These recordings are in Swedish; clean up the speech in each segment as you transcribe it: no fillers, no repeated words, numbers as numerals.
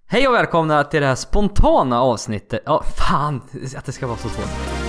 Hej och välkomna till det här spontana avsnittet. Ja, fan att det ska vara så svårt.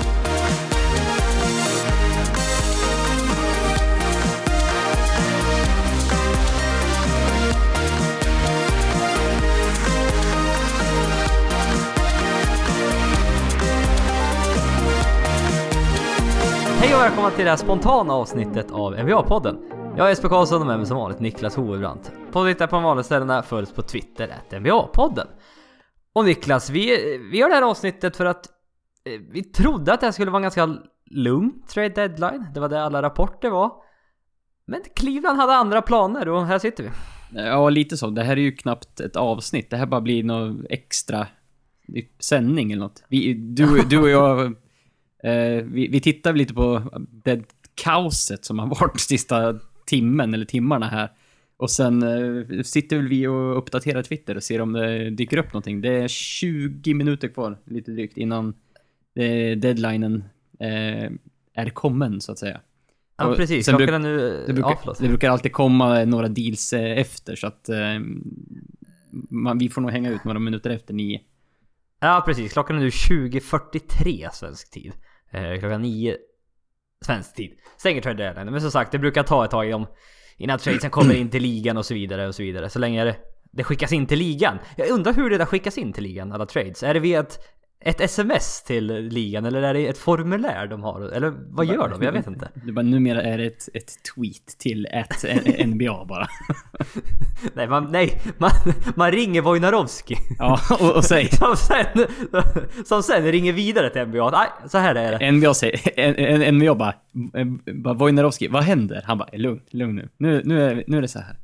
Hej och välkomna till det här spontana avsnittet av NBA-podden. Jag är Jesper Karlsson och med mig som vanligt Niklas Hovebrant. Podden hittar på de vanliga ställena, följs på Twitter @NBA-podden. Och Niklas, vi gör det här avsnittet för att vi trodde att det här skulle vara en ganska lugn trade deadline. Det var det alla rapporter var. Men Cleveland hade andra planer och här sitter vi. Ja, lite så. Det här är ju knappt ett avsnitt. Det här bara blir någon extra sändning eller något. Du och jag... Vi tittar lite på det kaoset som har varit sista timmen eller timmarna här. Och sen sitter väl vi och uppdaterar Twitter och ser om det dyker upp någonting. Det är 20 minuter kvar, lite drygt, innan deadlinen är kommen, så att säga. Ja, precis. Det brukar alltid komma några deals efter, så att vi får nog hänga ut några minuter efter 9. Ja, precis. Klockan är nu 20:43 svensk tid. Klockan 9 svensk tid. Stänger trade deadline. Men som sagt, det brukar ta ett tag innan tradesen kommer in till ligan och så vidare och så vidare. Så länge det skickas in till ligan. Jag undrar hur det där skickas in till ligan, alla trades. Är det via ett sms till ligan eller är det ett formulär de har? Eller vad gör de? Jag vet inte. Numera är det ett tweet till NBA bara. Man ringer Wojnarowski. Ja, och säger. Som sen ringer vidare till NBA. Nej, så här är det. NBA säger, NBA bara Wojnarowski, vad händer? Han bara, lugn nu. Nu är det så här.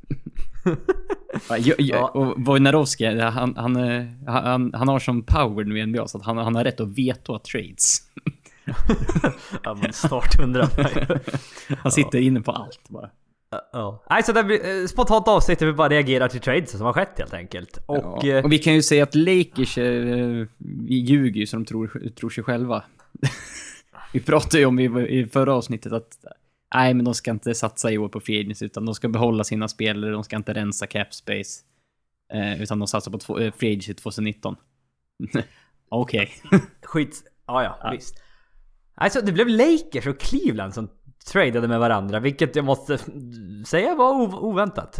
Och Wojnarowski, han har som power nu i NBA, så att han har rätt att vetoa trades. Ja, men snart undrar man. Han sitter inne på allt bara. Ja. Nej, så det blir spontant avsnitt där vi bara reagerar till trades som har skett helt enkelt. Och vi kan ju säga att Lakers vi ljuger ju som de tror sig själva. Vi pratade ju om i förra avsnittet att nej, men de ska inte satsa i år på free agency, utan de ska behålla sina spelare, de ska inte rensa cap space, utan de satsar på free agency 2019. Okej. Skit. Ja, visst. Alltså, det blev Lakers och Cleveland som tradade med varandra, vilket jag måste säga var oväntat.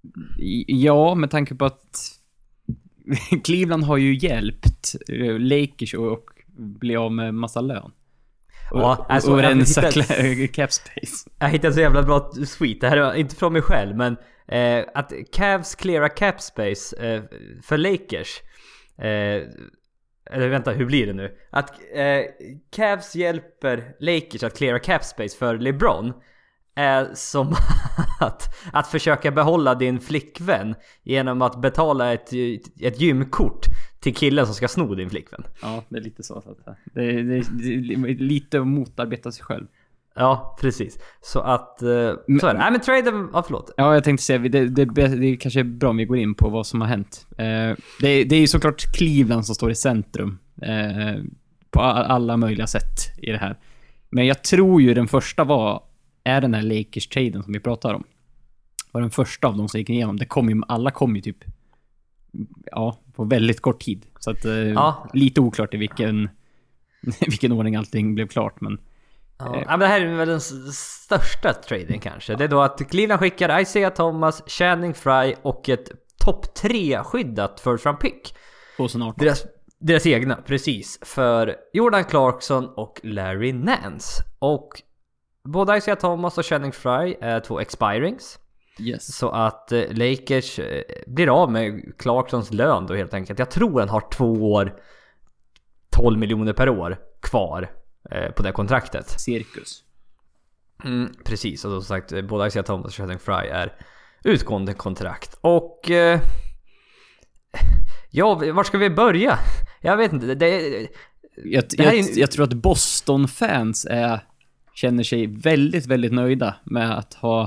Ja, med tanke på att Cleveland har ju hjälpt Lakers och bli av med massa lön. Och rensa cap space. Jag hittade så jävla bra tweet. Det här är inte från mig själv, men att Cavs cleara cap space för Lakers. Eller vänta, hur blir det nu? Att Cavs hjälper Lakers att cleara cap space för LeBron är som att försöka behålla din flickvän genom att betala ett gymkort till killen som ska sno din flickvän. Ja, det är lite så. Det är lite att motarbeta sig själv. Ja, precis. Så att... så är det. Nej, men traden... Ja, förlåt. Ja, jag tänkte säga, det kanske är bra om vi går in på vad som har hänt. Det är ju såklart Cleveland som står i centrum. På alla möjliga sätt i det här. Men jag tror ju den första är den här Lakers-traden som vi pratar om. Var den första av dem som gick igenom. Alla kom ju typ... Ja, på väldigt kort tid. Så att lite oklart i vilken ordning allting blev klart, men... Ja, men det här är väl den största traden kanske. Det är då att Cleveland skickar Isaiah Thomas, Channing Frye och ett topp 3 skyddat first round pick. 2018. Deras egna, precis. För Jordan Clarkson och Larry Nance. Och både Isaiah Thomas och Channing Frye är 2 expirings. Yes. Så att Lakers blir av med Clarksons lön då helt enkelt. Jag tror han har 2 år 12 miljoner per år kvar på det kontraktet. Cirkus. Precis, och som sagt både Isaiah Thomas och Channing Frye är utgående kontrakt. Och ja, var ska vi börja? Jag vet inte. Jag tror att Boston-fans känner sig väldigt, väldigt nöjda med att ha...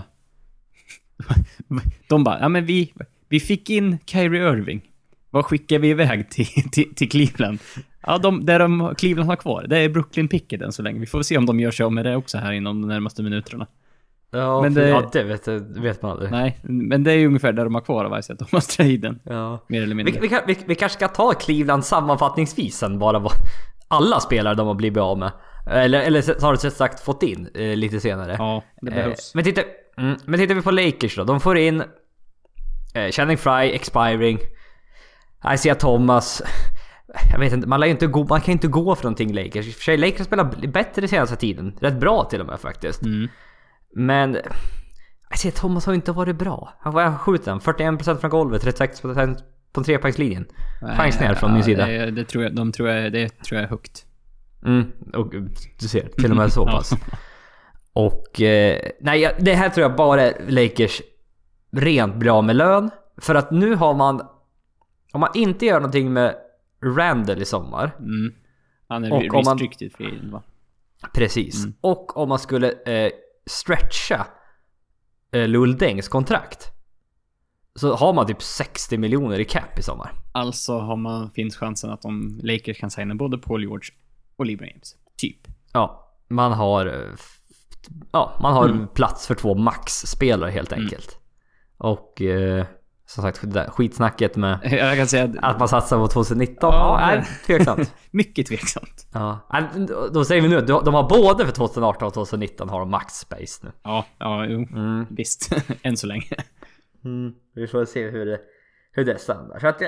De bara, ja men vi fick in Kyrie Irving. Vad skickar vi iväg till Cleveland? Ja, Cleveland har kvar. Det är Brooklyn picket än så länge. Vi får se om de gör sig om med det också här inom de närmaste minuterna. Ja, Men det vet man aldrig. Nej, men det är ju ungefär där de har kvar av Isaiah Thomas-traden. Ja. Mer eller mindre. Vi kanske ska ta Cleveland sammanfattningsvis sen, bara vad alla spelare de har blivit av med. Eller så har du sagt fått in lite senare. Ja, det behövs. Men tittar vi på Lakers då. De får in Channing Frye, expiring. Isaiah Thomas. Jag vet inte, man kan inte gå för någonting Lakers. I och för sig, Lakers spelar bättre den senaste tiden. Rätt bra till och med faktiskt. Men Isaiah Thomas har inte varit bra. Han var skjuten 41% från golvet, 36% på 3-poängslinjen. Chansningar från min sida. Det tror jag är högt. Och du ser, till och med så pass. Och nej, det här tror jag bara Lakers rent bra med lön. För att nu har man, om man inte gör någonting med Randall i sommar. Han är restricted free, va? Precis. Och om man skulle stretcha Luol Dengs kontrakt, så har man typ 60 miljoner i cap i sommar. Alltså finns chansen att de Lakers kan signa både Paul George och LeBron James. Typ. Ja, man har plats för 2 max-spelare helt enkelt. Och som sagt, skitsnacket med jag kan säga att man satsar på 2019. Ja, tveksamt. Mycket tveksamt. Ja, då säger vi nu att de har både för 2018 och 2019 har de max space nu. Visst. Än så länge. Vi får se hur det stannar. Så att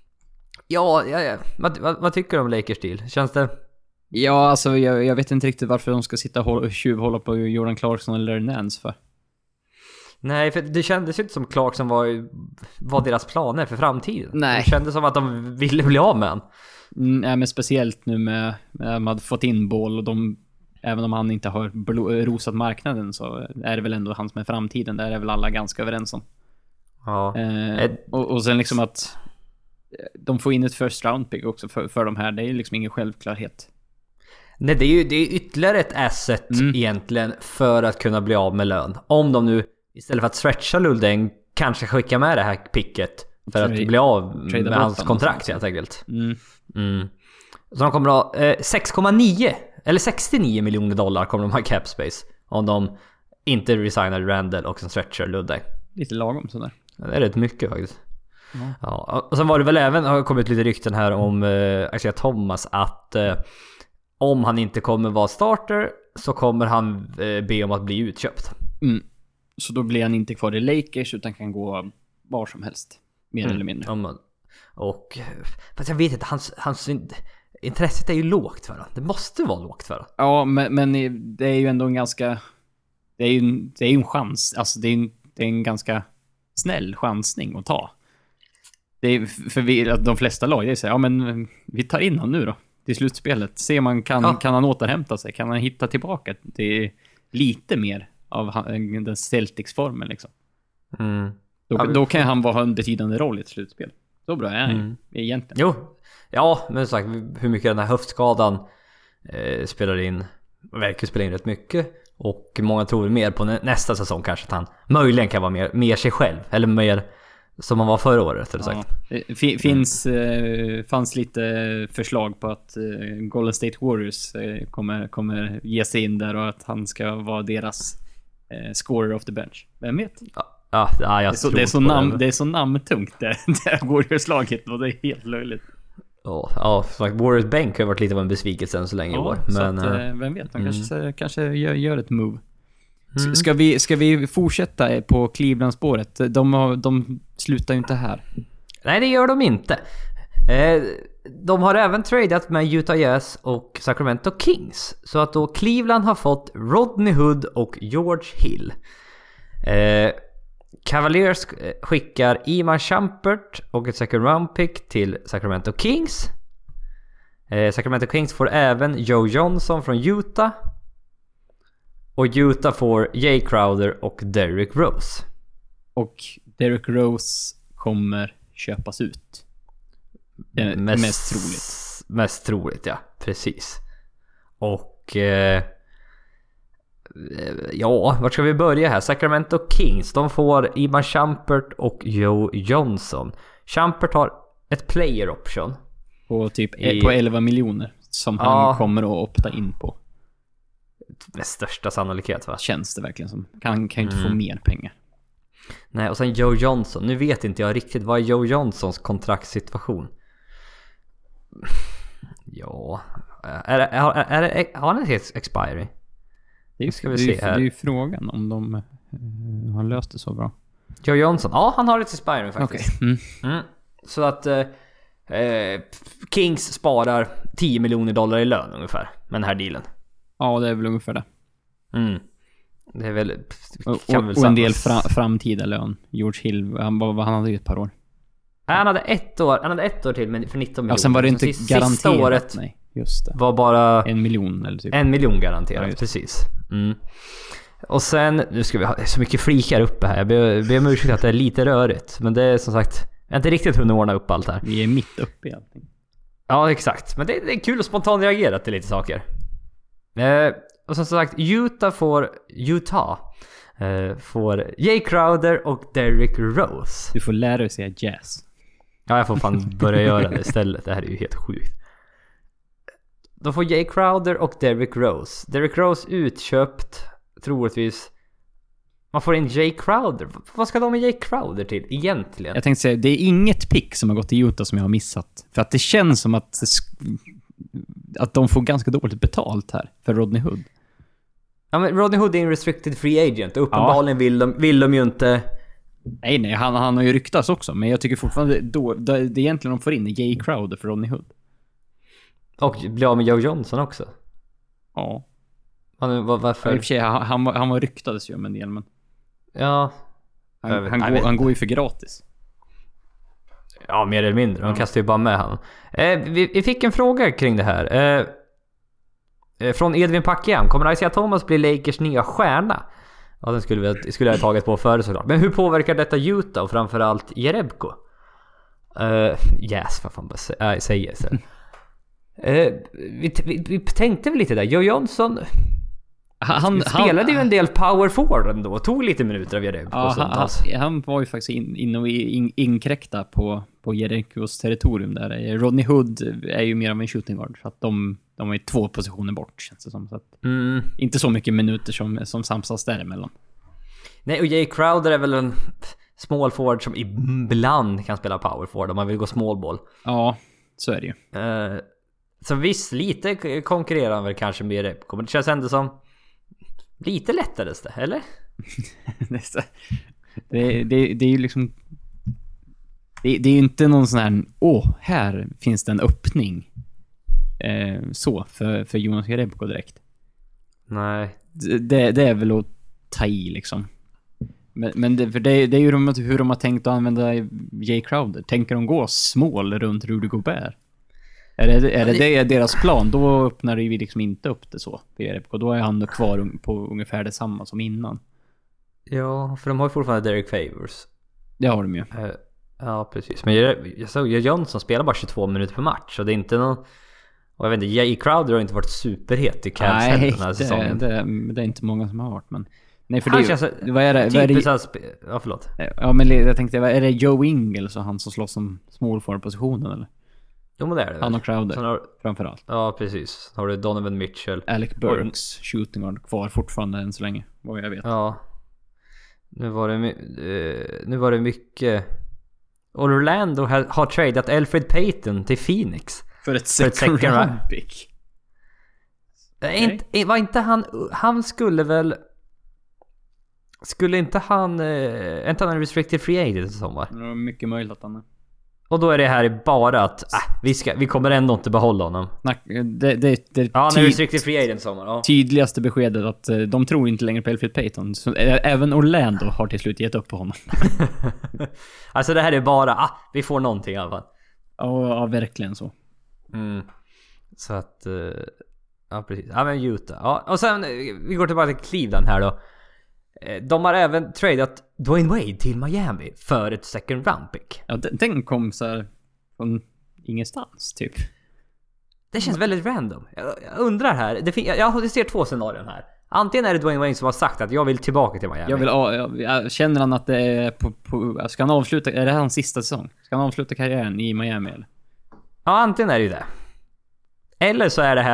vad tycker du om Lakers deal? Känns det? Ja, alltså jag vet inte riktigt varför de ska sitta och tjuvhålla på Jordan Clarkson eller Nance för. Nej, för det kändes inte som Clarkson var deras planer för framtiden. Nej. Det kändes som att de ville bli av med han. Nej, men speciellt nu med man hade fått in boll och även om han inte har rosat marknaden, så är det väl ändå han som är framtiden. Där är väl alla ganska överens om. Ja. Och sen liksom att de får in ett first round pick också för de här. Det är liksom ingen självklarhet. Nej, det är ytterligare ett asset egentligen för att kunna bli av med lön. Om de nu istället för att stretcha Luol Deng kanske skicka med det här picket för att bli av med hans kontrakt helt enkelt. Så de kommer att ha 6,9 eller 69 miljoner dollar kommer de ha cap space om de inte resignar Randall och sen stretchar Luol Deng. Lite lagom sådär. Det är rätt mycket faktiskt. Ja, och sen var det väl även, har kommit lite rykten här om Isaiah Thomas att om han inte kommer vara starter så kommer han be om att bli utköpt. Så då blir han inte kvar i Lakers utan kan gå var som helst. Mer eller mindre. Och fast jag vet inte, hans intresset är ju lågt för honom. Det måste vara lågt för honom. Ja, men det är ju ändå en ganska... Det är ju en chans. Alltså det är en ganska snäll chansning att ta. Det är för de flesta lag, det är så här, ja men vi tar in han nu då till slutspelet. Se om man kan han återhämta sig. Kan han hitta tillbaka till lite mer av den Celtics-formen liksom. Då kan han ha en betydande roll i ett slutspel. Så bra är han egentligen. Jo, ja, men som sagt, hur mycket den här höftskadan spelar in, verkar spela in rätt mycket. Och många tror mer på nästa säsong kanske att han möjligen kan vara mer sig själv. Eller mer som han var förra året, eller sagt. Fanns lite förslag på att Golden State Warriors kommer ge sig in där och att han ska vara deras scorer of the bench. Vem vet? Det är så namntungt det Warriors-laget och det är helt löjligt. Ja, Warriors bänk har varit lite av en besvikelse än så länge i år. Men vem vet, de kanske gör ett move. Ska vi fortsätta på Cleveland-spåret? De slutar ju inte här. Nej, det gör de inte. De har även tradeat med Utah Jazz och Sacramento Kings. Så att då Cleveland har fått Rodney Hood och George Hill. Cavaliers skickar Iman Shumpert och ett second round pick till Sacramento Kings. Sacramento Kings får även Joe Johnson från Utah. Och Utah får Jay Crowder och Derrick Rose. Och Derrick Rose kommer köpas ut. Mest troligt. Mest troligt, ja. Precis. Och ja, vart ska vi börja här? Sacramento Kings, de får Iman Shumpert och Joe Johnson. Shumpert har ett player option på typ på 11 miljoner som han kommer att opta in på. med största sannolikhet, va? Känns det verkligen som. Kan ju inte få mer pengar. Nej, och sen Joe Johnson. Nu vet inte jag riktigt, vad är Joe Johnsons kontraktssituation? Ja, har han ett expiry? Ska vi se här. Det är ju frågan om de har löst det så bra. Joe Johnson, ja, han har ett expiry faktiskt. Okay. Så att Kings sparar $10 miljoner i lön ungefär med den här dealen. Ja, det är väl ungefär det. Det är väl... Och en del framtida lön. George Hill, han hade ju ett par år. Han hade ett år till för 19 miljoner. Ja, sen var det inte garanterat. Sista året, nej, just det. var bara 1 miljon eller typ. 1 miljon garanterat, ja, precis. Och sen, nu ska vi ha så mycket flikar uppe här. Jag ber om ursäkt att det är lite rörigt, men det är som sagt, jag har inte riktigt hunnit ordna upp allt här. Vi är mitt uppe i allting. Ja, exakt. Men det är kul att spontant reagera till lite saker. Och som sagt, Utah får Jay Crowder och Derrick Rose. Du får lära dig att säga jazz. Ja, jag får fan börja göra det istället. Det här är ju helt sjukt. De får Jay Crowder och Derrick Rose. Derrick Rose utköpt, troligtvis. Man får in Jay Crowder. Vad ska de med Jay Crowder till egentligen? Jag tänkte säga, det är inget pick som har gått till Utah som jag har missat. För att det känns som att de får ganska dåligt betalt här för Rodney Hood. Ja, men Rodney Hood är en restricted free agent. Och uppenbarligen vill de ju inte... Nej, han har ju ryktats också. Men jag tycker fortfarande det är egentligen de får in Jay Crowder för Rodney Hood. Och bli av med Joe Johnson också. Ja. Varför? I och för sig, han var ryktades ju om en del, men... Ja. Han går ju för gratis. Ja, mer eller mindre. De kastar ju bara med han. Vi fick en fråga kring det här. Från Edvin Packiam. Kommer Isaiah Thomas bli Lakers nya stjärna? Ja, den skulle jag ha tagit på före såklart. Men hur påverkar detta Utah och framförallt Jerebko? Yes, vad fan bara säger sen. Vi tänkte väl lite där. Joe Johnson han spelade ju en del power forward ändå och tog lite minuter av Jerebko. Ja, han var ju faktiskt inne och inkräkta på Jerebkos territorium där. Rodney Hood är ju mer av en shooting guard, så att de är ju 2 positioner bort, känns det som. Så att inte så mycket minuter som samsas däremellan. Nej, och Jay Crowder är väl en small forward som ibland kan spela power forward om man vill gå small ball. Ja, så är det ju. Så visst, lite konkurrerar han väl kanske med Jerebko, men det känns ändå som lite lättare det, eller? det är ju liksom det är ju inte någon sån här här finns det en öppning så för Jonas Jerebko direkt. Nej. Det är väl att ta i liksom. Men det är ju hur de har tänkt att använda Jay Crowder. Tänker de gå small runt Rudy Gobert? Är det deras plan? Då öppnar vi liksom inte upp det så för Jerebko. Då är han kvar på ungefär detsamma som innan. Ja, för de har ju fortfarande Derek Favors. Det har de ju. Ja, precis. Men jag såg Johnson spelar bara 22 minuter per match. Och det är inte någon... Och jag vet inte, Jay Crowder har inte varit superhet i Cavs den här säsongen. Det är inte många som har varit, men... Nej, för vad är det? Ja, förlåt. Ja, men jag tänkte, är det Joe Ingles och han som slåss om small forward-positionen, eller? Jo, men det är det. Han och Crowder, framförallt. Ja, precis. Har du Donovan Mitchell. Alec Burks shooting guard kvar fortfarande än så länge, vad jag vet. Ja. Nu var det mycket... Orlando har tradeat Elfrid Payton till Phoenix. För ett second round pick. Var inte han skulle väl... Skulle inte han... inte han en restricted free agent i sommar? Det är mycket möjligt att han är. Och då är det här bara att vi kommer ändå inte behålla honom. Han är restricted free agent i sommar. Ja. Tydligaste beskedet att de tror inte längre på Elfrid Payton. Så även Orlando har till slut gett upp på honom. Alltså det här är bara vi får någonting i alla fall. Ja, verkligen så. Så att ja, precis. Ja, men Utah. Ja, och sen vi går tillbaka till Cleveland här då. De har även tradeat Dwayne Wade till Miami för ett second round pick. Ja, den kom så här från ingenstans typ. Det känns väldigt random. Jag undrar här. Jag ser 2 scenarion här. Antingen är det Dwayne Wade som har sagt att jag vill tillbaka till Miami. Jag känner han att det är ska han avsluta, är det hans sista säsong? Ska han avsluta karriären i Miami eller? Ja, antingen är det ju det. Eller så är det här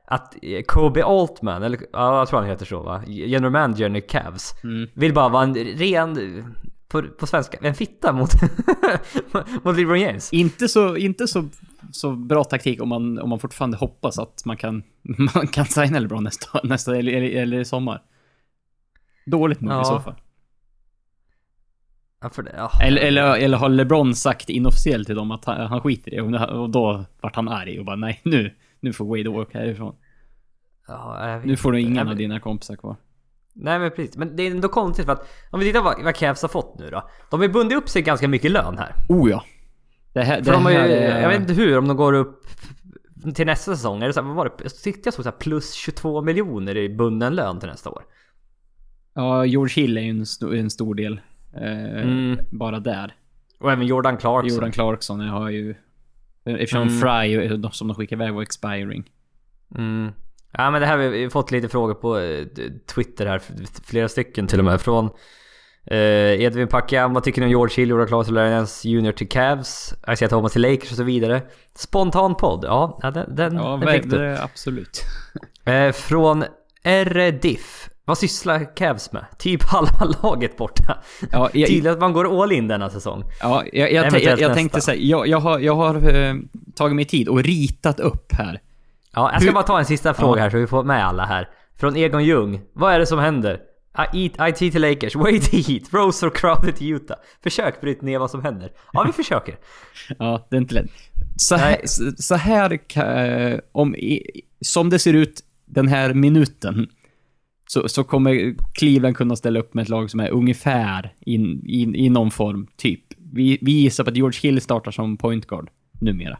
att Kobe Altman, eller ja, jag tror han heter så va, general manager i Cavs, vill bara vara en ren, på svenska, en fitta mot mot LeBron James. Inte så bra taktik om man fortfarande hoppas att man kan signa LeBron nästa eller sommar. Dåligt nog i så fall. Ja, för det, ja. Eller har LeBron sagt inofficiellt till dem att han skiter i det, och då vart han arg och bara nej, nu får Wade åka härifrån. Ja, nu får du ingen av dina kompisar kvar. Nej men precis, men det är ändå konstigt för att om vi tittar vad Cavs har fått nu då. De har ju bundit upp sig ganska mycket lön här. Oh ja. Jag vet inte hur, om de går upp till nästa säsong. Är det så här, vad var det? Jag tyckte jag såg så här plus 22 miljoner i bunden lön till nästa år. Ja, George Hill är ju en stor del. Bara där. Och även Jordan Clarkson har ju, eftersom Fry som de skickar iväg var expiring. Ja, men det här har vi fått lite frågor på Twitter här, flera stycken till och med, från Edvin Packiam. Vad tycker ni om George Hill, Jordan Clarkson, Larry Nance Jr. till Cavs, Isaiah Thomas till Lakers och så vidare. Spontan podd, den fick du. Absolut. Från R-Diff. Vad sysslar Cavs med? Typ halva laget borta. Ja, tydligt att man går all in denna säsong. Ja, jag tänkte säga, jag har tagit mig tid och ritat upp här. Ja, jag ska bara ta en sista fråga här så vi får med alla här. Från Egon Ljung. Vad är det som händer? IT till Lakers, Wade till Heat, Rose och Crowder till Utah. Försök bryta ner vad som händer. Ja, vi försöker. Ja, det är inte lätt. Så här som det ser ut den här minuten, så kommer Cleveland kunna ställa upp med ett lag som är ungefär i någon form, typ. Vi gissar på att George Hill startar som point guard numera.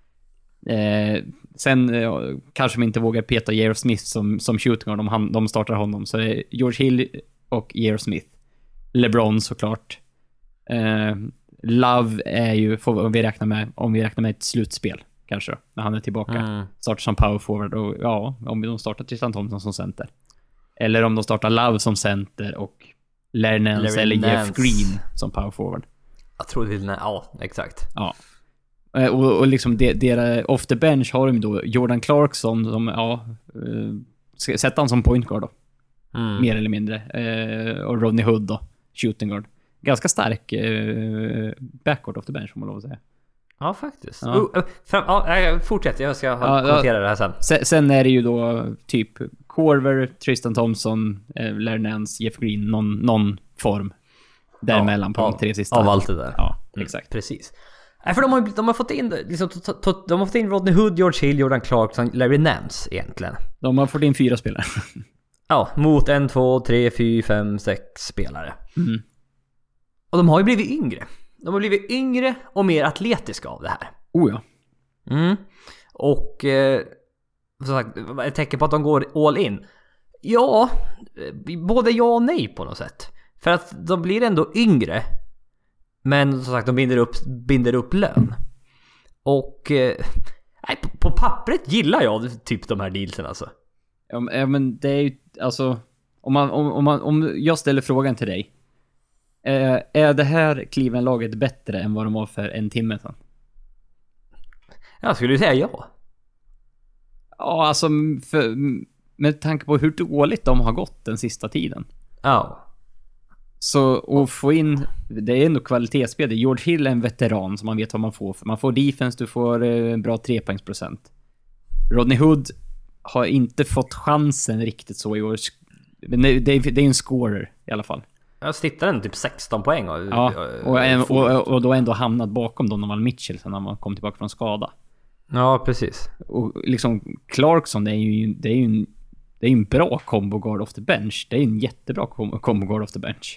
Sen kanske man inte vågar peta J.R. Smith som shooting guard om de startar honom. Så det är George Hill och J.R. Smith. LeBron såklart. Love är ju, om vi räknar med ett slutspel kanske då, när han är tillbaka. Startar som power forward och ja, om de startar Tristan Thompson som center. Eller om de startar Love som center och Larry Nance eller Jeff Green som power forward. Jag tror det är, ja, exakt. Ja. Och liksom deras off the bench har de då Jordan Clarkson som sätter han som point guard då. Mer eller mindre. Och Rodney Hood då, shooting guard. Ganska stark backcourt off the bench får man lov att säga. Ja, faktiskt. Fortsätt, jag ska kommentera det här sen. Sen är det ju då typ Korver, Tristan Thompson, Larry Nance, Jeff Green, någon form däremellan på de tre sista. Av allt det där. Ja, exakt. Precis. Nej, för de har fått in liksom, de har fått in Rodney Hood, George Hill, Jordan Clarkson, Larry Nance egentligen. De har fått in 4 spelare. Ja, mot 1, 2, 3, 4, 5, 6 spelare. Och de har ju blivit yngre. De har blivit yngre och mer atletiska av det här. Oh ja. Och så sagt, ett tecken på att de går all in. Ja, både ja och nej på något sätt. För att de blir ändå yngre. Men som sagt, de binder upp lön. Och på pappret gillar jag typ de här dealsen alltså. Ja, men det är ju alltså om jag ställer frågan till dig. Är det här Cleveland-laget bättre än vad de var för en timme sedan? Jag skulle säga ja. Ja, alltså med tanke på hur dåligt de har gått den sista tiden. Ja. Så att få in, det är ändå kvalitetsspel. George Hill är en veteran som man vet vad man får. Man får defense, du får en bra 3-poängsprocent. Rodney Hood har inte fått chansen riktigt så i år. Men det är en scorer i alla fall. Jag snittar den typ 16 poäng. Och då ändå hamnat bakom Donovan Mitchell sen när man kom tillbaka från skada. Ja, precis. Och liksom Clarkson, det är ju en bra combo guard off the bench. Det är en jättebra combo guard off the bench.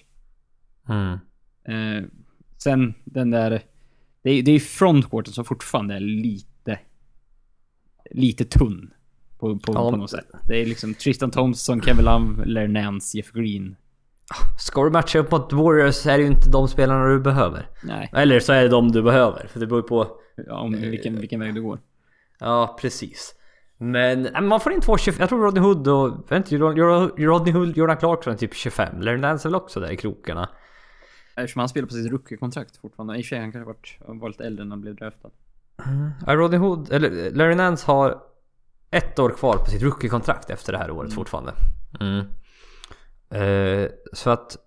Sen den där, det är frontcourten som fortfarande är lite tunn på något sätt. Det är liksom Tristan Thompson, Kevin Love, Larry Nance, Jeff Green. Ska du matcha upp mot Warriors är det ju inte de spelarna du behöver. Nej. Eller så är det de du behöver, för det beror på om vilken väg du går. Ja, precis. Men man får in 2,25. Jag tror Rodney Hood och Rodney Hood, Jordan Clarkson är typ 25. Larry Nance är väl också där i krokarna. Eftersom han spelar på sitt rookie-kontrakt fortfarande. I och för sig, han kanske varit lite äldre när han blev draftad. Rodney Hood, eller Larry Nance har 1 år kvar på sitt rookie-kontrakt efter det här året fortfarande. Så att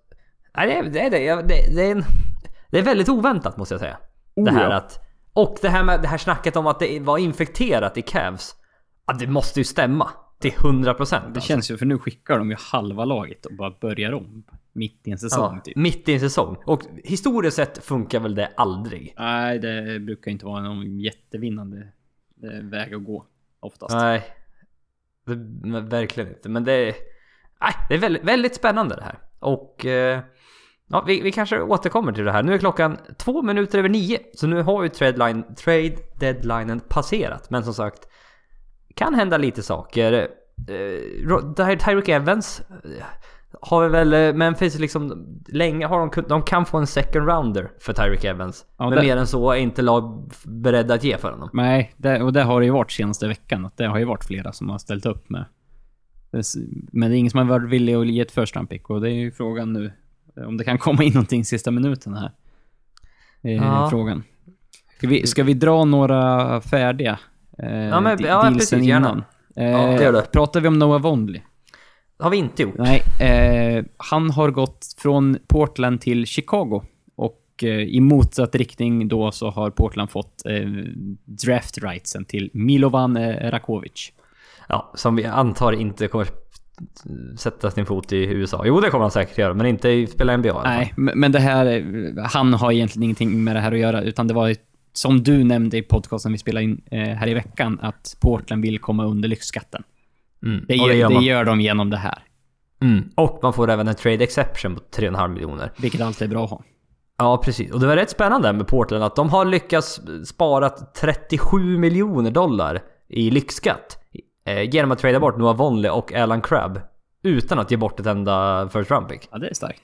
det är väldigt oväntat, måste jag säga. Det här och det här snacket om att det var infekterat i Cavs, att det måste ju stämma till 100%. Det känns ju, för nu skickar de ju halva laget och bara börjar om mitt i en säsong. Typ. Mitt i en säsong. Och historiskt sett funkar väl det aldrig. Nej, det brukar inte vara någon jättevinnande väg att gå oftast. Nej, verkligen inte. Men det är väldigt, väldigt spännande det här. Och vi kanske återkommer till det här. Nu är klockan 9:02. Så nu har ju trade deadlinen passerat. Men som sagt, kan hända lite saker. Tyreek Evans har väl Memphis liksom länge har de kan få en second rounder för Tyreek Evans. Ja, men mer än så är inte lag beredda att ge för honom. Nej, det har det ju varit senaste veckan, att det har ju varit flera som har ställt upp med. Men det är ingen som har varit villig att ge ett first round pick, och det är ju frågan nu om det kan komma in någonting sista minuten här. Frågan. Ska vi dra några färdiga dealsen innan? Pratar vi om Noah Vonleh? Har vi inte gjort. Nej, han har gått från Portland till Chicago, och i motsatt riktning då så har Portland fått draft rightsen till Milovan Rakovic. Ja, som vi antar inte kommer sätta sin fot i USA. Jo, det kommer han säkert göra, men inte spela NBA. Nej, men det här, han har egentligen ingenting med det här att göra, utan det var som du nämnde i podcasten vi spelade in här i veckan, att Portland vill komma under lyxskatten. Det gör de genom det här. Och man får även en trade exception på 3,5 miljoner. Vilket alltid är bra att ha. Ja, precis. Och det var rätt spännande med Portland att de har lyckats spara 37 miljoner dollar i lyxskatt genom att trada bort Noah Vonleh och Alan Crabb utan att ge bort ett enda first round pick. Ja, det är starkt.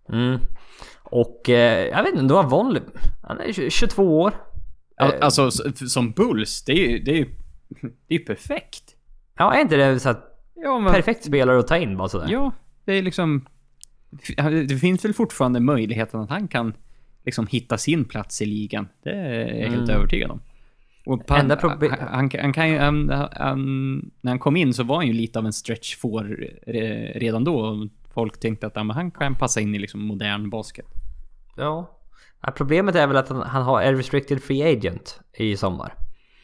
Och jag vet inte, Noah Vonleh, han är 22 år. Alltså som Bulls, det är ju perfekt. Ja, är inte det så att perfekt spelare att ta in bara sådär? Ja, det är liksom, det finns väl fortfarande möjligheten att han kan liksom hitta sin plats i ligan. Det är jag helt övertygad om. Och han kan ju, när han kom in så var han ju lite av en stretch for redan då. Folk tänkte att han kan passa in i liksom modern basket. Ja. Problemet är väl att han har en restricted free agent i sommar.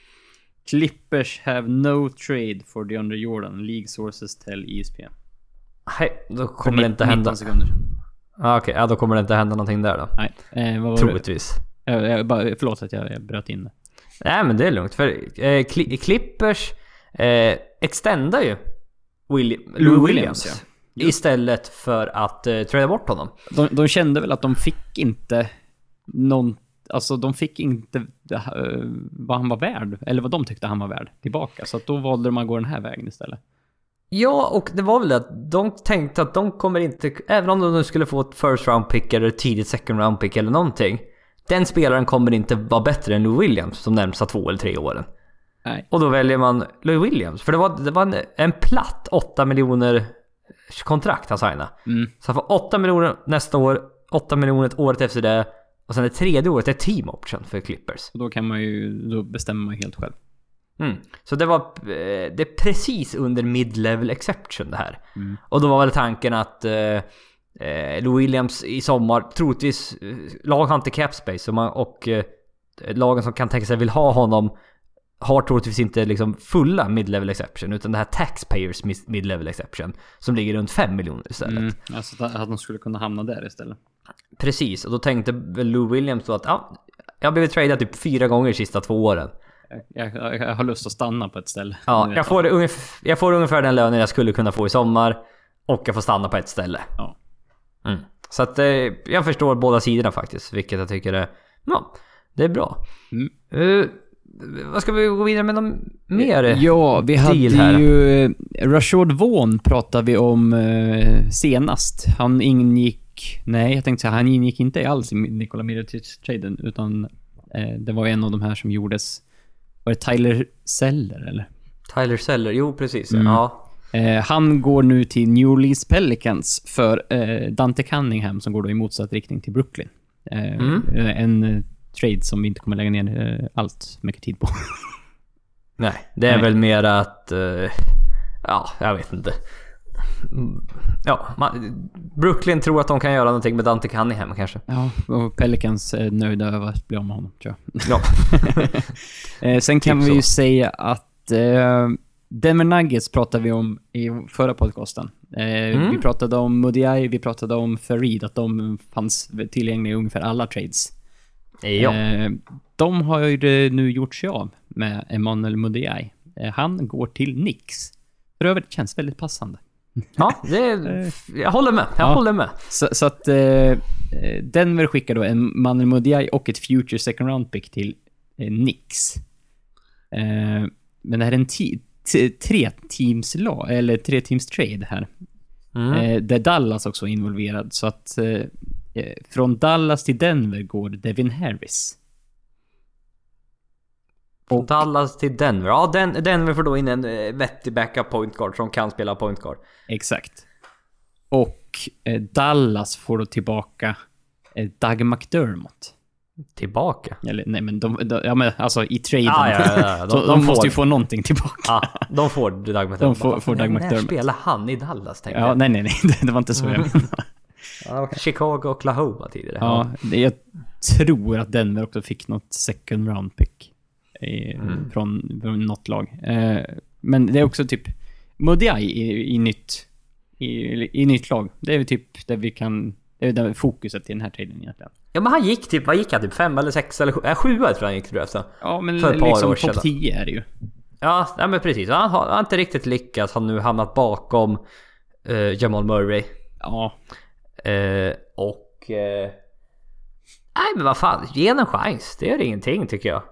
Clippers have no trade for DeAndre Jordan. League sources tell ESPN. Nej, då kommer det inte hända. Okej, då kommer det inte hända någonting där då. Nej, vad var troligtvis. Förlåt att jag bröt in det. Nej, men det är lugnt. För Clippers extendar ju Lou Williams ja. Istället för att trada bort honom. De kände väl att de fick inte någon, alltså de fick inte vad han var värd, eller vad de tyckte han var värd tillbaka. Så att då valde de att gå den här vägen istället. Ja, och det var väl att de tänkte att de kommer inte, även om de skulle få ett first round pick eller tidigt second round pick eller någonting, den spelaren kommer inte vara bättre än Lou Williams som närmsta 2 eller 3 åren. Nej. Och då väljer man Lou Williams, för det var en platt 8 miljoner kontrakt han signade. Så han får 8 miljoner nästa år, 8 miljoner året efter det, och sen det tredje året är team option för Clippers. Och då bestämmer man helt själv. Så det är precis under mid-level exception det här. Och då var väl tanken att Lou Williams i sommar troligtvis lag har inte cap space och lagen som kan tänka sig vill ha honom har troligtvis inte liksom fulla mid-level exception, utan det här taxpayers mid-level exception som ligger runt 5 miljoner istället. Alltså att de skulle kunna hamna där istället. Precis, och då tänkte Lou Williams då att jag har blivit tradad typ 4 gånger de sista 2 åren. Jag har lust att stanna på ett ställe. Ja, jag får ungefär den lönen jag skulle kunna få i sommar, och jag får stanna på ett ställe. Ja. Så att jag förstår båda sidorna faktiskt, vilket jag tycker är det är bra. Vad ska vi gå vidare med någon mer? Ja, vi hade här ju Rashad Vaughn pratade vi om senast. Han ingick inte alls i Nikola Mirotic-traden, utan det var en av de här som gjordes. Var det Tyler Zeller eller? Tyler Zeller, jo precis. Ja. Han går nu till New Orleans Pelicans för Dante Cunningham som går då i motsatt riktning till Brooklyn. En trade som vi inte kommer lägga ner allt mycket tid på. Nej, det är väl mer att ja, jag vet inte. Ja, Brooklyn tror att de kan göra någonting med Dante Cunningham kanske. Ja, och Pelicans är nöjda över att bli av med honom, tror jag. Ja. Sen kan vi ju säga att Denver Nuggets pratade vi om i förra podcasten. Vi pratade om Mudiay, vi pratade om Farid, att de fanns tillgängliga i ungefär alla trades. Ja. De har ju nu gjort sig av med Emmanuel Mudiay. Han går till Knicks. För övrigt känns väldigt passande. Ja, jag håller med. Jag håller med. Så att Denver skickar då en Emmanuel Mudiay och ett future second round pick till Knicks. Men det här är en tre teams trade här. Där Dallas också är involverad. Så att från Dallas till Denver går Devin Harris. Och Dallas till Denver. Ja, Denver får då in en vettig backup point guard som kan spela point guard. Exakt. Och Dallas får då tillbaka Doug McDermott. Tillbaka? Eller nej, men ja, men alltså i traden. Ja. De måste ju få någonting tillbaka. Ja, de får Doug McDermott. De får Doug McDermott. När spelar han i Dallas, tänker jag? Ja, nej. Det var inte så jag menade. Ja, Chicago och Oklahoma tidigare. Ja, jag tror att Denver också fick något second round pick från något lag. Men det är också typ Mudiay i nytt lag. Det är ju typ där vi kan, det är där fokuset i den här traden egentligen. Ja, men han gick typ, vad gick han typ 5 eller 6 eller 7? 7 tror jag han gick, tror jag. Så. Ja, men liksom topp 10 är det ju. Ja, men precis. Han har inte riktigt lyckats. Han har nu hamnat bakom Jamal Murray. Ja. Nej, men vad fan, ge en chans. Det är ingenting, tycker jag.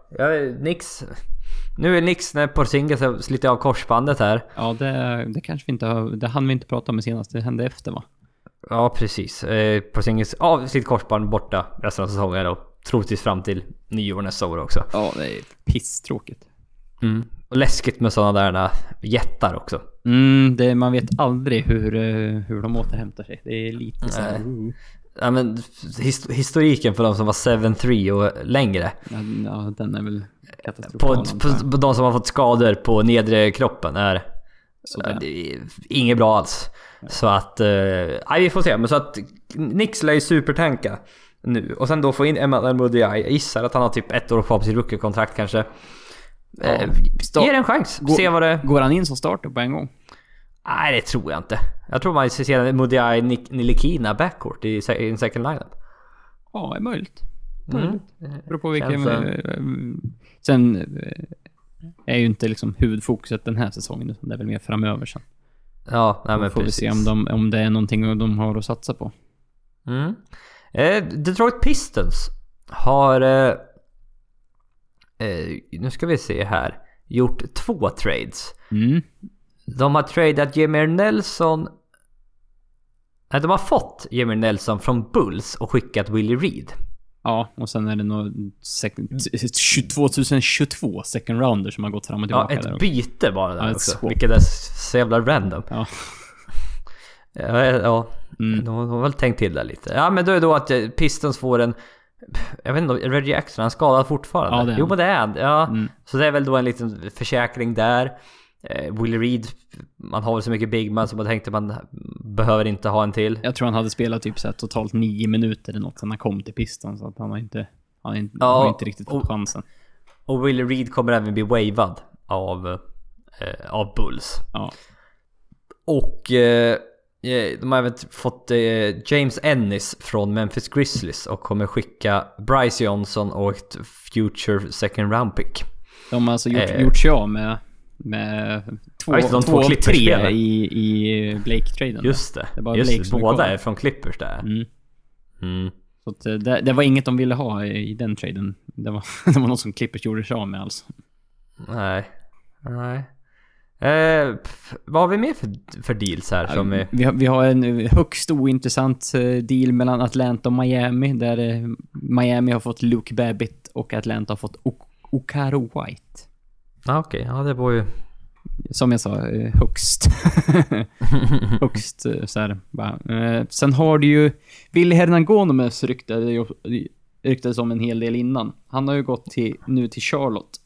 Nu är Knicks när Porzingis har slitit av korsbandet här. Ja, det kanske vi inte har. Det hann vi inte prata om senast. Det hände efter, va? Ja, precis. Porzingis av sitt korsband borta resten av säsongen och troligtvis fram till nyår nästa år också. Ja, det är pisstråkigt. Och läskigt med sådana där jättar också. Man vet aldrig hur de återhämtar sig. Det är lite så här. Ja, men historiken för de som var 7-3 och längre. Ja, den är väl katastrofal. På de som har fått skador på nedre kroppen är inget bra alls. Så att vi får se. Men så att Knicks lär ju supertanka nu. Och sen då få in Emmanuel Mudiay. Jag gissar att han har typ 1 år kvar på sitt rookie-kontrakt kanske. Ge en chans. Se vad det... Går han in som starter på en gång? Nej, det tror jag inte. Jag tror man ser Mudiay Nilikina backcourt i en second lineup. Ja, det är möjligt. Beror på vilken... Sen är ju inte liksom huvudfokuset den här säsongen, utan det är väl mer framöver sen. Ja, nej, men får precis. vi se om det är någonting de har att satsa på. Detroit Pistons har nu ska vi se här, gjort 2 trades. De har tradat Jameer Nelson. Nej, de har fått Jameer Nelson från Bulls och skickat Willie Reed. Ja, och sen är det nog 2022 second rounder som har gått fram och tillbaka. Ja, ett byte bara där också. Vilket är så jävla random. Ja. De har väl tänkt till där lite. Ja, men då är det att Pistons får en... Jag vet inte, Reggie Jackson, han skadad fortfarande. Ja, men det är han. Ja. Så det är väl då en liten försäkring där. Willie Reed, man har väl så mycket big man så man tänkte man behöver inte ha en till. Jag tror han hade spelat typ så här totalt 9 minuter eller något sen han kom till Piston, så att han har inte riktigt fått chansen. Och Willie Reed kommer även bli wavad av Bulls. Ja. Och de har även fått James Ennis från Memphis Grizzlies och kommer skicka Bryce Johnson och ett future second round pick. De har alltså gjort sig av med 2-3 i Blake-traden. Just det. Det Just det. Båda är från Clippers där. Så att det var inget de ville ha i den traden. Det var något som Clippers gjorde sig av med alltså. Nej. Vad har vi mer för deals här? Som vi har en högst ointressant deal mellan Atlanta och Miami, där Miami har fått Luke Babbitt och Atlanta har fått Okaro White. Okej. Ja, det var ju... Som jag sa, högst så här, bara. Sen har du ju Willy ryktades om en hel del innan. Han har ju gått nu till Charlotte.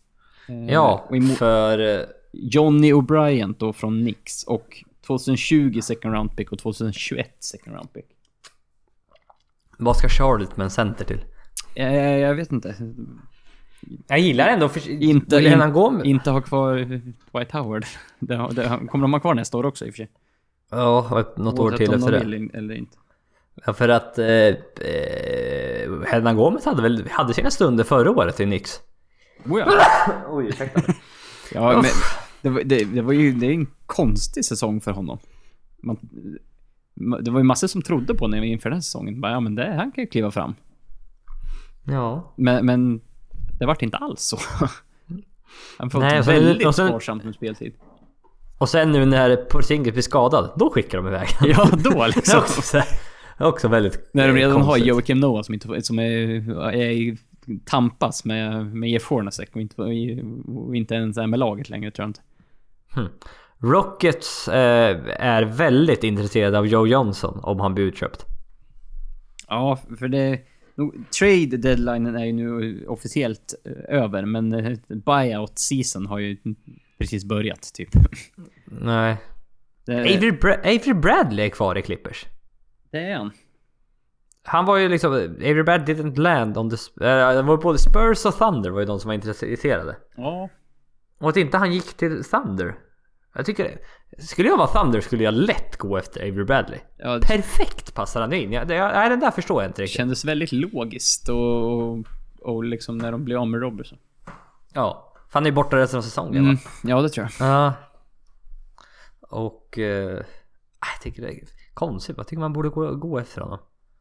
Ja, för... Johnny O'Brien då från Knicks och 2020 second round pick och 2021 second round pick. Vad ska Charlotte med en center till? Jag vet inte. Jag gillar ändå inte ha kvar Dwight Howard. Kommer de ha kvar nästa år också i och för sig? Ja, något år till efter det. Eller inte. Ja, för att Hernan Gomez hade sina stunder förra året i Knicks. Oj, ursäkta mig. Ja, men det är en konstig säsong för honom. Det var ju massor som trodde på när inför den här säsongen. Ja, men han kan ju kliva fram. Ja. Men det vart inte alls så. Han får väldigt sparsamt med speltid. Och sen nu när Porzingis blir skadad, då skickar de iväg. Ja, då liksom. också väldigt när de redan har Joakim Noah som är tampas med Jeff Hornacek och inte ens är med laget längre, tror jag inte. Rockets är väldigt intresserade av Joe Johnson om han blir utköpt. Ja, för trade deadline är ju nu officiellt över, men buyout season har ju precis börjat typ. Nej. Avery Bradley är kvar i Clippers. Det är han. Han var ju liksom... Avery Bradley didn't land on the... det var både Spurs och Thunder var ju de som var intresserade. Ja. Och att inte han gick till Thunder. Jag tycker... Skulle jag vara Thunder skulle jag lätt gå efter Avery Bradley. Ja, perfekt passar han in. Den där förstår jag inte riktigt. Kändes väldigt logiskt och liksom när de blev av med Robertson. Ja. För han är borta resten av säsongen, va? Ja, det tror jag. Ja. Och... jag tycker det är konstigt. Jag tycker man borde gå efter honom.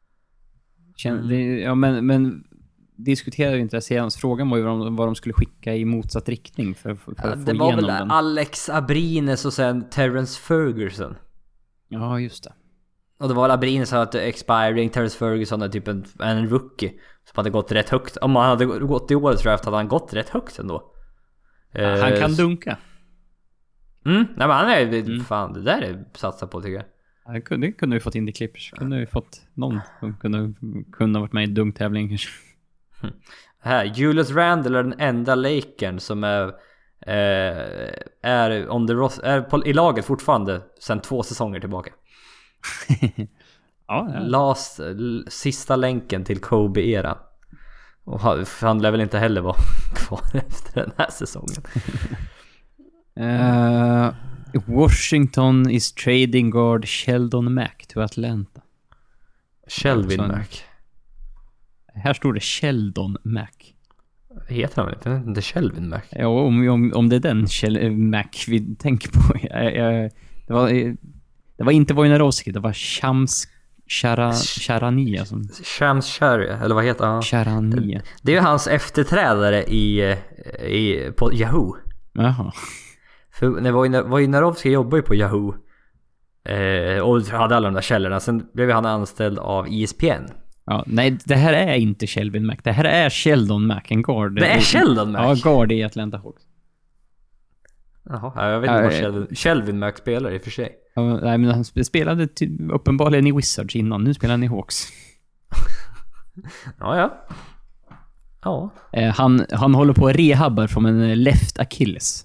Ja, men diskuterade vi inte det senast. Frågan var ju vad de skulle skicka i motsatt riktning för att få igenom den. Det var väl Alex Abrines och sen Terrence Ferguson. Ja, just det. Och det var Abrines som hade expiring, Terrence Ferguson är typ en rookie som hade gått rätt högt. Om han hade gått i årets draft hade han gått rätt högt ändå. Han kan dunka. Nej, men han är fan, det där är satsa på, tycker jag. Det kunde vi fått in i Clippers. Kunde vi fått någon som kunde ha varit med i dunktävling kanske. Här, Julius Randle är den enda Lakern som är on the i laget fortfarande sedan 2 säsonger tillbaka. Ja. Sista länken till Kobe-era. Och han lär väl inte heller vara kvar efter den här säsongen. Washington is trading guard Sheldon Mack to Atlanta. Shelvin Mack. Här står det Sheldon Mack. Heter han väl inte Shelvin Mack? Ja, om det är den Mack vi tänker på. Det var inte Wojnarowski, det var Shams Charania som... Shams Charia, eller vad heter han? Charania. Det är ju hans efterträdare på Yahoo. Jaha. För när Wojnarowski jobbade ju på Yahoo och hade alla de där källorna. Sen blev han anställd av ESPN. Ja, nej, det här är inte Shelvin Mack. Det här är Sheldon Mack, en guard. Det är Sheldon Mack? Ja, guard i Atlanta Hawks. Jaha, jag vet inte vad Shelvin Mack spelar i och för sig. Ja, nej, men han spelade uppenbarligen i Wizards innan. Nu spelar han i Hawks. Ja. Han håller på att rehabbar från en left Achilles.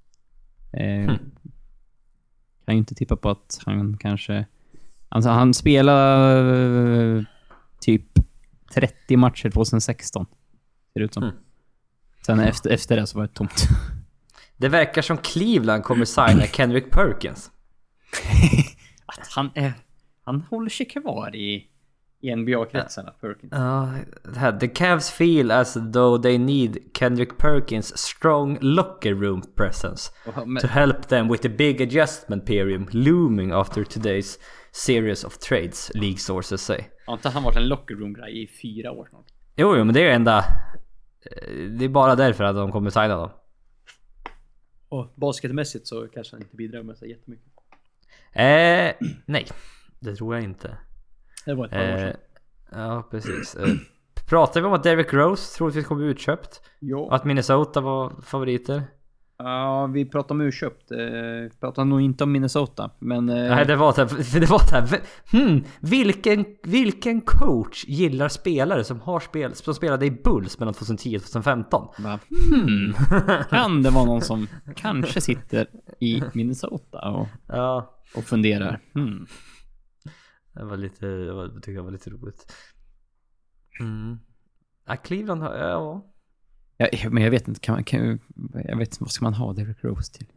Kan ju inte tippa på att han kanske... Alltså han spelade typ 30 matcher 2016. Ser det ut som. Sen efter det så var det tomt. Det verkar som Cleveland kommer signa Kendrick Perkins. Att han håller sig kvar i NBA-kretsarna, Perkins. The Cavs feel as though they need Kendrick Perkins' strong locker room presence to help them with the big adjustment period looming after today's series of trades, league sources say. Har inte han varit en locker room-grej i 4 år snart? Jo, men det är enda... Det är bara därför att de kommer signa dem. Och basketmässigt så kanske han inte bidrar med sig jättemycket. Nej, det tror jag inte. Det var ett par år sedan. Ja, precis. Pratar vi om att Derrick Rose troligtvis kommer bli utköpt? Jo. Att Minnesota var favoriter? Ja, vi pratar om urköpt. Pratar nog inte om Minnesota, men... Nej, det var så här. Vilken coach gillar spelare som spelade i Bulls mellan 2010 och 2015? Kan det vara någon som kanske sitter i Minnesota och funderar? Det tycker jag var lite roligt. Ja, Cleveland har... Ja. Men jag vet inte, jag vet inte, vad ska man ha Derrick Rose till?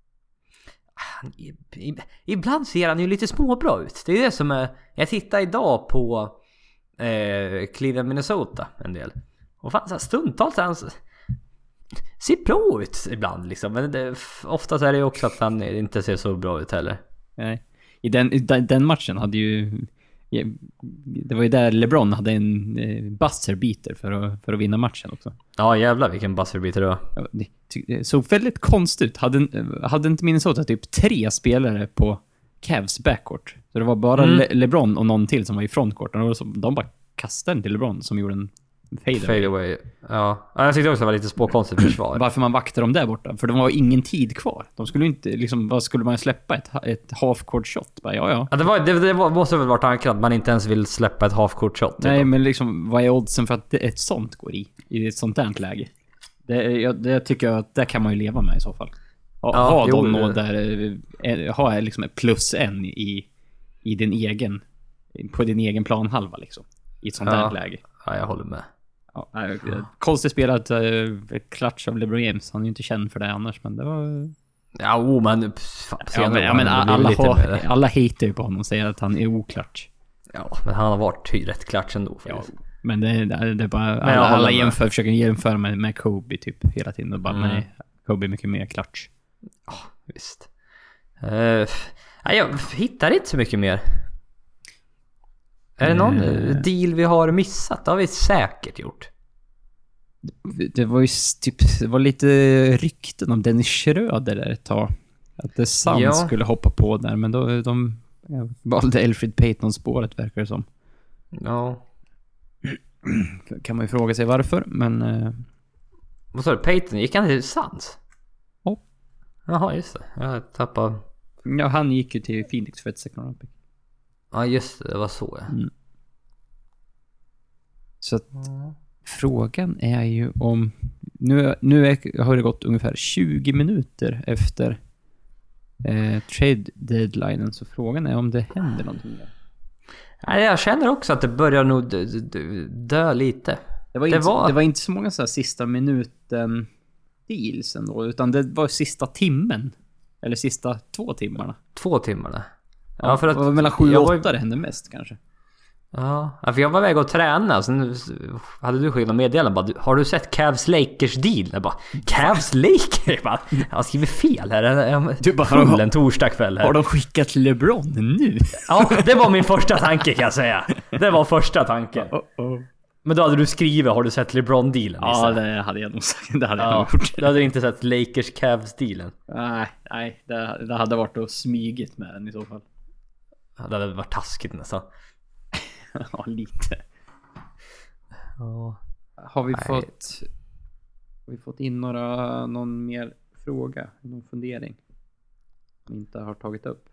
Ibland ser han ju lite småbra ut. Det är det som är... Jag tittar idag på Cleveland, Minnesota en del. Och fan, så här, stundtals han ser bra ut ibland liksom. Men oftast är det ju också att han inte ser så bra ut heller. Nej. I den matchen hade ju... Det var ju där LeBron hade en buzzerbeater för att vinna matchen också. Ja, jävlar vilken buzzerbeater det var. Det såg väldigt konstigt ut. Hade inte Minnesota typ 3 spelare på Cavs backcourt. Så det var bara LeBron och någon till som var i frontcourten. Och de bara kastade den till LeBron som gjorde en fadeaway. Ja, jag tyckte också det var lite spåkonstigt försvar. Varför man vaktar dem där borta? För det var ingen tid kvar. De skulle inte, liksom, vad skulle man släppa? Ett half-court shot? Bara, ja. Det måste väl vara tanken att man inte ens vill släppa ett half-court shot. Typ. Nej, men liksom, vad är oddsen för att ett sånt går i ett sånt där läge? Det tycker jag att det kan man ju leva med i så fall. Ha liksom ett +1 i din egen, på din egen planhalva liksom. I ett sånt där läge. Ja, jag håller med. Konstigt spelat klatsch av LeBron James. Han är ju inte känd för det annars, men det var... alla hater ju på honom och säger att han är oklatsch. Ja, men han har varit rätt klatsch ändå. Ja, men det är bara... Alla försöker jämföra med Kobe typ hela tiden. Och bara, nej, Kobe är mycket mer klatsch. Ja, visst. Jag hittar inte så mycket mer. Är det någon deal vi har missat? Det har vi säkert gjort. Det var ju typ, det var lite rykten om Dennis Schröder där ett tag. Att det Suns skulle hoppa på där, men då de valde Elfrid Payton-spåret verkar det som. Ja. Kan man ju fråga sig varför, men... Vad sa du? Payton? Gick han till Suns? Ja. Jaha, just det. Jag tappade... Ja, han gick ju till Phoenix för ett second round pick. Ja, just det var så. Så att frågan är ju om... Nu har det gått ungefär 20 minuter efter trade deadlinen, så frågan är om det händer någonting där. Nej, jag känner också att det börjar nog dö lite. Det var inte så många så här sista minuten deals ändå, utan det var sista timmen. Eller sista 2 timmarna. 2 timmarna. Ja, för att mellan 7 och 8 det hände mest kanske. Ja, för jag var väg att träna. Sen hade du skickat meddelande. Har du sett Cavs Lakers deal? Jag bara, Cavs Lakers? Jag har skrivit fel här. Du bara, en torsdagkväll här. Har de skickat LeBron nu? Ja, det var min första tanke kan jag säga. Det var första tanken. Men då hade du skrivit, har du sett LeBron-dealen? Ja, det hade jag nog sagt. Det hade jag nog gjort. Du hade inte sett Lakers-Cavs-dealen? Nej, det hade varit att smygit med den i så fall. Ja, det hade varit taskigt nästan. Ja, lite. Har vi fått in någon mer fråga, någon fundering vi inte har tagit upp?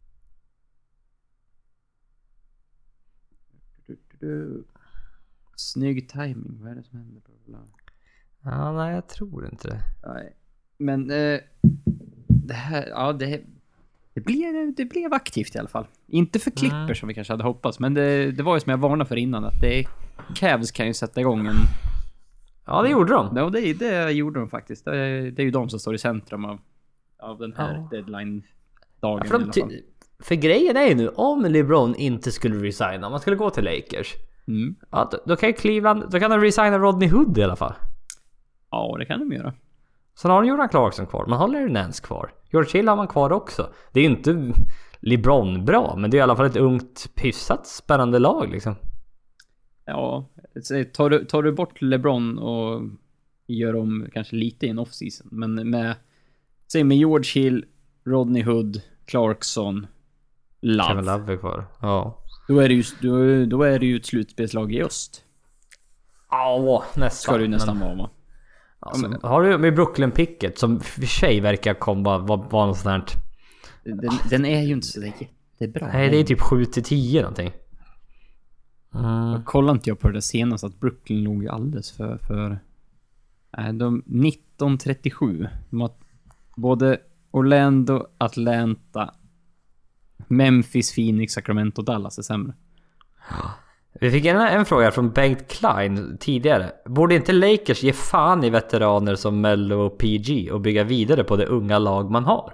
Snygg timing, vad är det som händer? Ja, nej, jag tror inte det. Nej. Men det här, det blev aktivt i alla fall. Inte för Clippers som vi kanske hade hoppats, men det var ju som jag varnade för innan, att Cavs kan ju sätta igång en... Ja, det gjorde de. Ja, det gjorde de faktiskt. Det är ju de som står i centrum av den här deadline-dagen i alla fall. För grejen är ju nu, om LeBron inte skulle resigna, om man skulle gå till Lakers, ja, då kan ju Cleveland, då kan de resigna Rodney Hood i alla fall. Ja, det kan de göra. Sen har de Jordan Clarkson kvar, man har Larry Nance kvar. George Hill har man kvar också. Det är ju inte LeBron bra, men det är i alla fall ett ungt, hyfsat spännande lag liksom. Ja, tar du bort LeBron och gör om kanske lite i en off-season, men med George Hill, Rodney Hood, Clarkson, Love. Kevin Love är kvar. Ja. Då är det ju ett slutspelslag i öst. Ja, nästan. Ska det ju nästan vara, va? Alltså, har du med Brooklyn Pickett som för sig verkar komma vara något sånt här. Den är ju inte så jättebra. Nej, det är typ 7-10 någonting. Jag kollar inte jag på det senast att Brooklyn låg ju alldeles för de 1937. De har både Orlando, Atlanta, Memphis, Phoenix, Sacramento och Dallas är sämre. Vi fick en fråga från Bengt Klein tidigare. Borde inte Lakers ge fan i veteraner som Melo och PG och bygga vidare på det unga lag man har?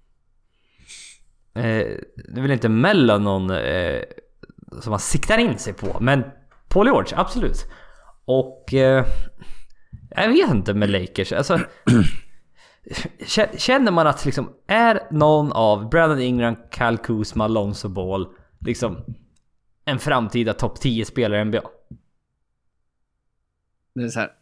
Det vill inte Melo någon som man siktar in sig på, men Paul George, absolut. Och jag vet inte med Lakers, alltså känner man att liksom, är någon av Brandon Ingram, Kyle Kuzma, Lonzo Ball liksom en framtida topp 10 spelare i NBA? Det är så här.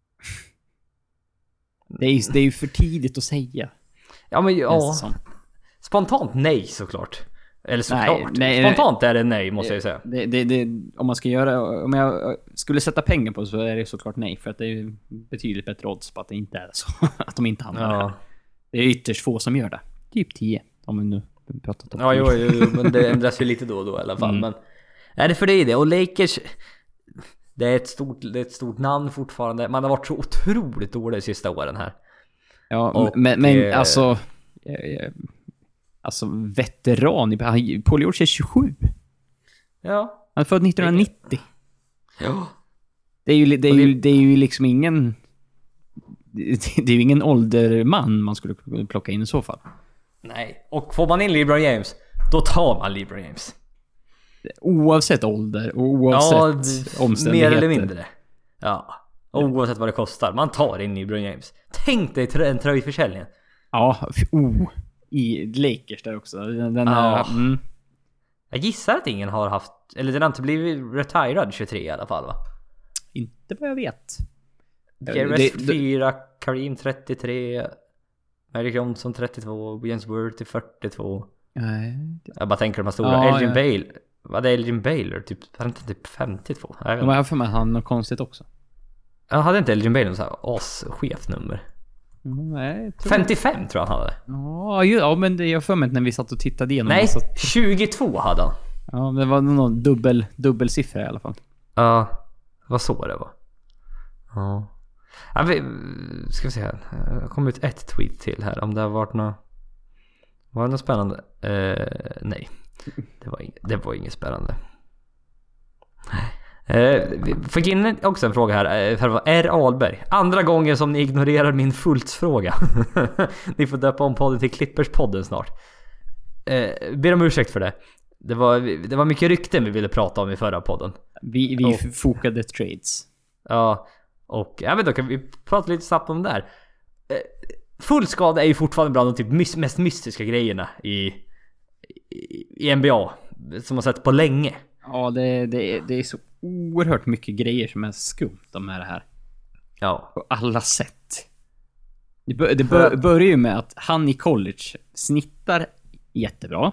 Det är ju för tidigt att säga. Ja, men ja. Spontant nej, såklart. Eller såklart. Nej, spontant är det nej, måste jag säga. Om man ska göra, om jag skulle sätta pengar på, så är det såklart nej, för att det är betydligt bättre odds på att det inte är så. Att de inte hamnar där. Det är ytterst få som gör det. Typ 10, om vi nu pratar om. Ja, jo, men det ändras ju lite då i alla fall. Men är det för det? Och Lakers, det är ett stort namn fortfarande. Man har varit så otroligt dålig de sista åren här. Ja, och, men alltså veteran. Paul George är 27. Ja. Han är född 1990. Ja. Det är ju liksom ingen. Det är ju ingen ålderman man skulle plocka in i så fall. Nej. Och får man in LeBron James, då tar man LeBron James. Oavsett ålder och oavsett omständigheter. Mer eller mindre. Ja. Oavsett vad det kostar. Man tar in LeBron James. Tänk dig en tröjförsäljning. Ja. I Lakers där också. Jag gissar att ingen har haft, eller den har inte blivit retired 23 i alla fall, va? Inte vad jag vet. Garrett 4, Kareem 33, Magic Johnson 32, James Worthy 42. Nej. Jag bara tänker de här stora. Elgin Bale. Vad är Elgin Baylor? Hade inte typ 52? Jag har för mig att han har konstigt också. Jag hade inte Elgin Baylor så här ascheft nummer. Nej, 55 tror jag han hade. Ja, men det jag för mig när vi satt och tittade igenom. Nej, 22 hade han. Ja, det var någon dubbelsiffra i alla fall. Ja, vad så det var. Ja. Ska vi se här. Det kom ut ett tweet till här. Om det har varit något. Var det något spännande? Nej. Det var inget spännande. Vi fick in också en fråga här. R. Ahlberg. Andra gången som ni ignorerar min Fultz-fråga. Ni får döpa om podden till Clippers-podden snart. Ber om ursäkt för det. Det var mycket rykten vi ville prata om i förra podden. Vi fokade trades. Ja. Och jag vet inte, kan vi prata lite snabbt om det där. Full skada är ju fortfarande bland de typ mest mystiska grejerna i NBA som man sett på länge. Ja, det är så oerhört mycket grejer som är skumt med det här. Ja. På alla sätt. Det börjar ju med att han i college snittar jättebra.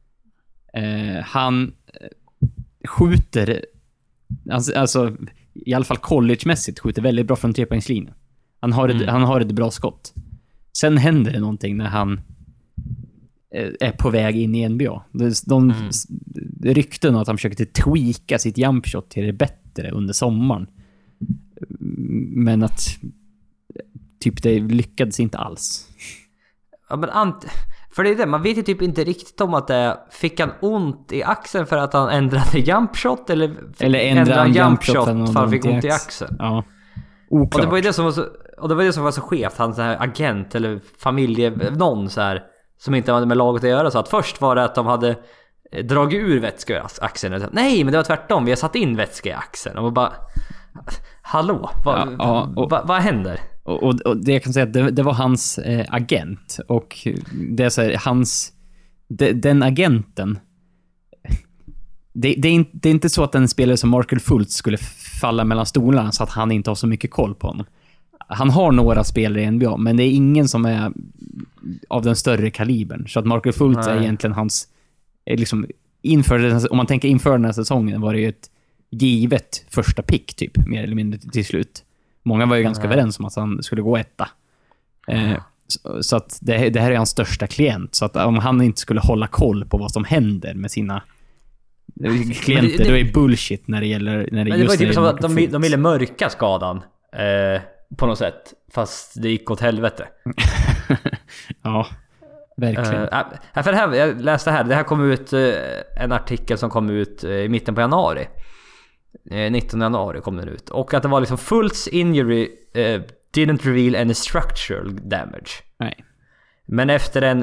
Han skjuter alltså i alla fall collegemässigt skjuter väldigt bra från trepoängslinjen. Han har ett bra skott. Sen händer det någonting när han är på väg in i NBA. Rykten att han försökte tweaka sitt jumpshot till det bättre under sommaren. Men att typ det lyckades inte alls. Ja, men för det är det, man vet ju typ inte riktigt om att det fick han ont i axeln för att han ändrade jumpshot eller ändrade han jumpshot för att han fick ont i axeln. Ja. Oklart. Och det var ju det som var så skevt, han så här agent eller någon så här som inte hade med laget att göra, så att först var det att de hade dragit ur vätska i axeln. Nej, men det var tvärtom, vi har satt in vätska i axeln. Och bara hallå, vad händer? Och det jag kan säga att det var hans agent. Och det är så här, den agenten, det är inte så att en spelare som Markel Fultz skulle falla mellan stolarna så att han inte har så mycket koll på honom. Han har några spelare i NBA, men det är ingen som är av den större kalibern. Så att Markel Fultz är egentligen hans liksom, om man tänker inför den här säsongen var det ju ett givet första pick typ, mer eller mindre till slut. Många var ju ganska överens om att han skulle gå etta. Så att det här är hans största klient. Så att om han inte skulle hålla koll på vad som händer med sina klienter, då är det bullshit när det gäller... Men det var ju typ som att de ville mörka skadan på något sätt. Fast det gick åt helvete. Ja, verkligen. För det här, jag läste här. Det här kom ut en artikel som kom ut i mitten på januari. 19 januari kom den ut. Och att det var liksom Fultz injury didn't reveal any structural damage. Nej. Men efter en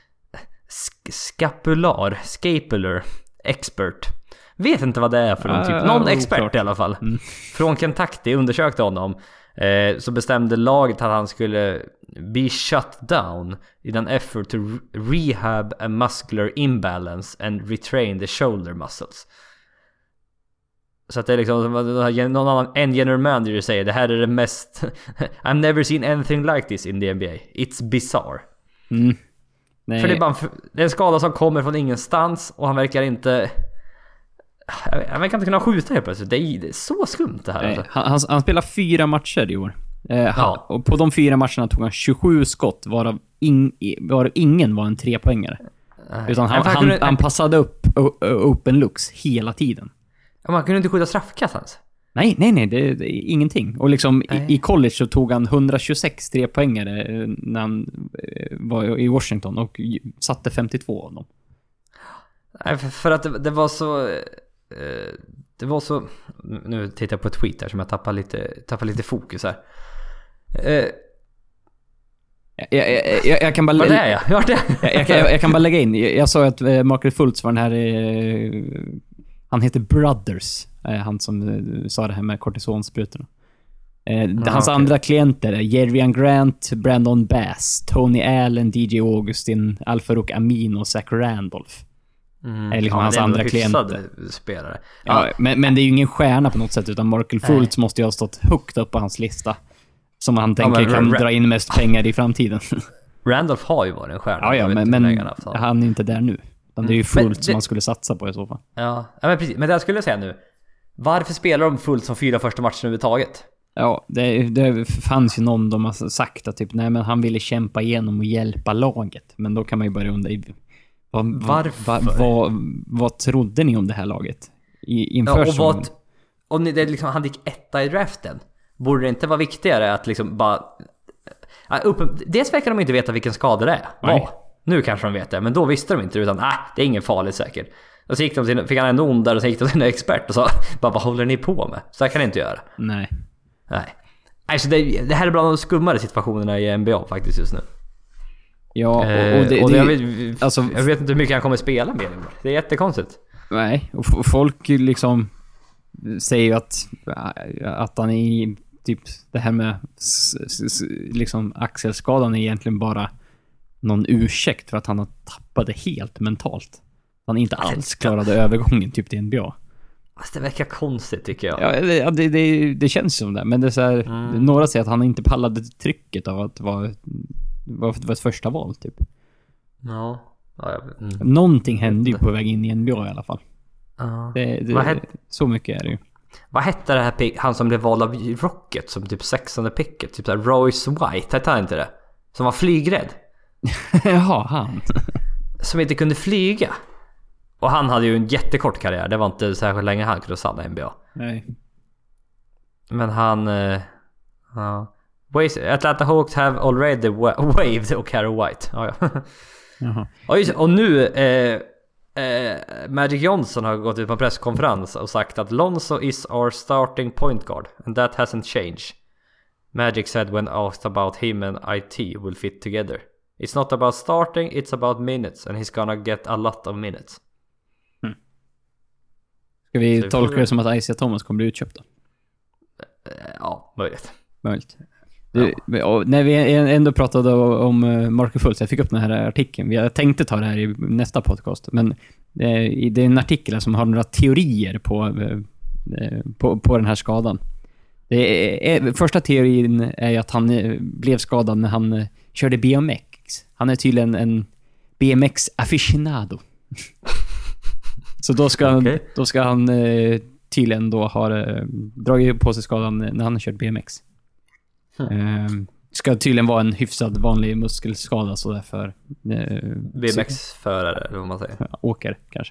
scapular expert, vet inte vad det är för någon typ. Någon expert i alla fall. Från Kentucky undersökte honom. Så bestämde laget att han skulle be shut down in an effort to rehab a muscular imbalance and retrain the shoulder muscles. Så att det är liksom en general manager säger det här är det mest I've never seen anything like this in the NBA. It's bizarre. Nej. För det är en skada som kommer från ingenstans och han verkar inte kunna skjuta helt plötsligt. Det är så skumt det här. Alltså. Han spelar 4 matcher i år. Och på de 4 matcherna tog han 27 skott, varav ingen var en 3-poängare. Utan han passade upp open looks hela tiden. Man kunde inte skjuta straffkast ens. Nej, det är ingenting. Och liksom i college så tog han 126 3-poängare när han var i Washington och satte 52 av dem. Nej, för att det var så nu tittar jag på ett tweet här som jag tappar lite fokus här. Jag kan bara jag kan bara lägga in. Jag sa att Markel Fultz var den här han heter Brothers, han som sa det här med kortisonsprutorna. Hans andra klienter är Jerrian Grant, Brandon Bass, Tony Allen, DJ Augustin, Al-Farouk Amin och Zach Randolph. Är liksom hans andra klienter. Spelare. Ja, men det är ju ingen stjärna på något sätt, utan Markel Fultz måste ju ha stått högt upp på hans lista. Som han tänker kan dra in mest pengar i framtiden. Randolph har ju varit en stjärna. Ja, men han är inte där nu. Det är ju fullt som man skulle satsa på i så fall. Ja, men precis. Men det jag skulle säga nu, varför spelar de fullt som 4 första matcherna överhuvudtaget? Ja, det fanns ju någon de har sagt att typ, nej men han ville kämpa igenom och hjälpa laget. Men då kan man ju börja undra vad trodde ni om det här laget inför säsongen? Om det liksom, han gick etta i draften, borde det inte vara viktigare att liksom bara dels verkar de inte veta vilken skada det är. Nej. Nu kanske de vet det, men då visste de inte, utan det är ingen farligt säkert. Och så fick han en ond där och så gick de till en expert och sa vad håller ni på med? Så här kan ni inte göra. Nej. Alltså det här är bland de skummare situationerna i NBA faktiskt just nu. Ja, jag vet inte hur mycket han kommer spela med. Det är jättekonstigt. Nej, och folk liksom säger ju att han är typ det här med liksom axelskadan är egentligen bara någon ursäkt för att han har tappat det helt mentalt. Han inte alls klarade övergången typ till NBA. Det verkar konstigt tycker jag. Ja, det känns som det. Men det är så här, några säger att han inte pallade trycket av att vara ett första val typ. Ja. Någonting hände ju på väg in i NBA i alla fall. Så mycket är det ju. Vad hette det här han som blev vald av Rocket som typ 16:e picket? Typ såhär Royce White, hette han inte det? Som var flygrädd. Jaha, han. Som inte kunde flyga. Och han hade ju en jättekort karriär. Det var inte särskilt länge han kunde stanna i NBA. Nej. Men han Atlanta Hawks have already waived O'Carroll White. Jaha. Och nu Magic Johnson har gått ut på en presskonferens och sagt att Lonzo is our starting point guard and that hasn't changed. Magic said when asked about him and IT will fit together. It's not about starting, it's about minutes and he's gonna get a lot of minutes. Ska vi tolka det som att Isaiah Thomas kommer bli utköpt då? Ja, möjligt. När vi ändå pratade om Markel Fultz, jag fick upp den här artikeln. Jag tänkte ta det här i nästa podcast, men det är en artikel som har några teorier på den här skadan. Första teorin är att han blev skadad när han körde BMX. Han är tydligen en BMX aficionado. Så då ska han tydligen då ha dragit på sig skadan när han har kört BMX. Ska tydligen vara en hyfsad vanlig muskelskada så därför BMX-förare eller vad man säger. Åker kanske.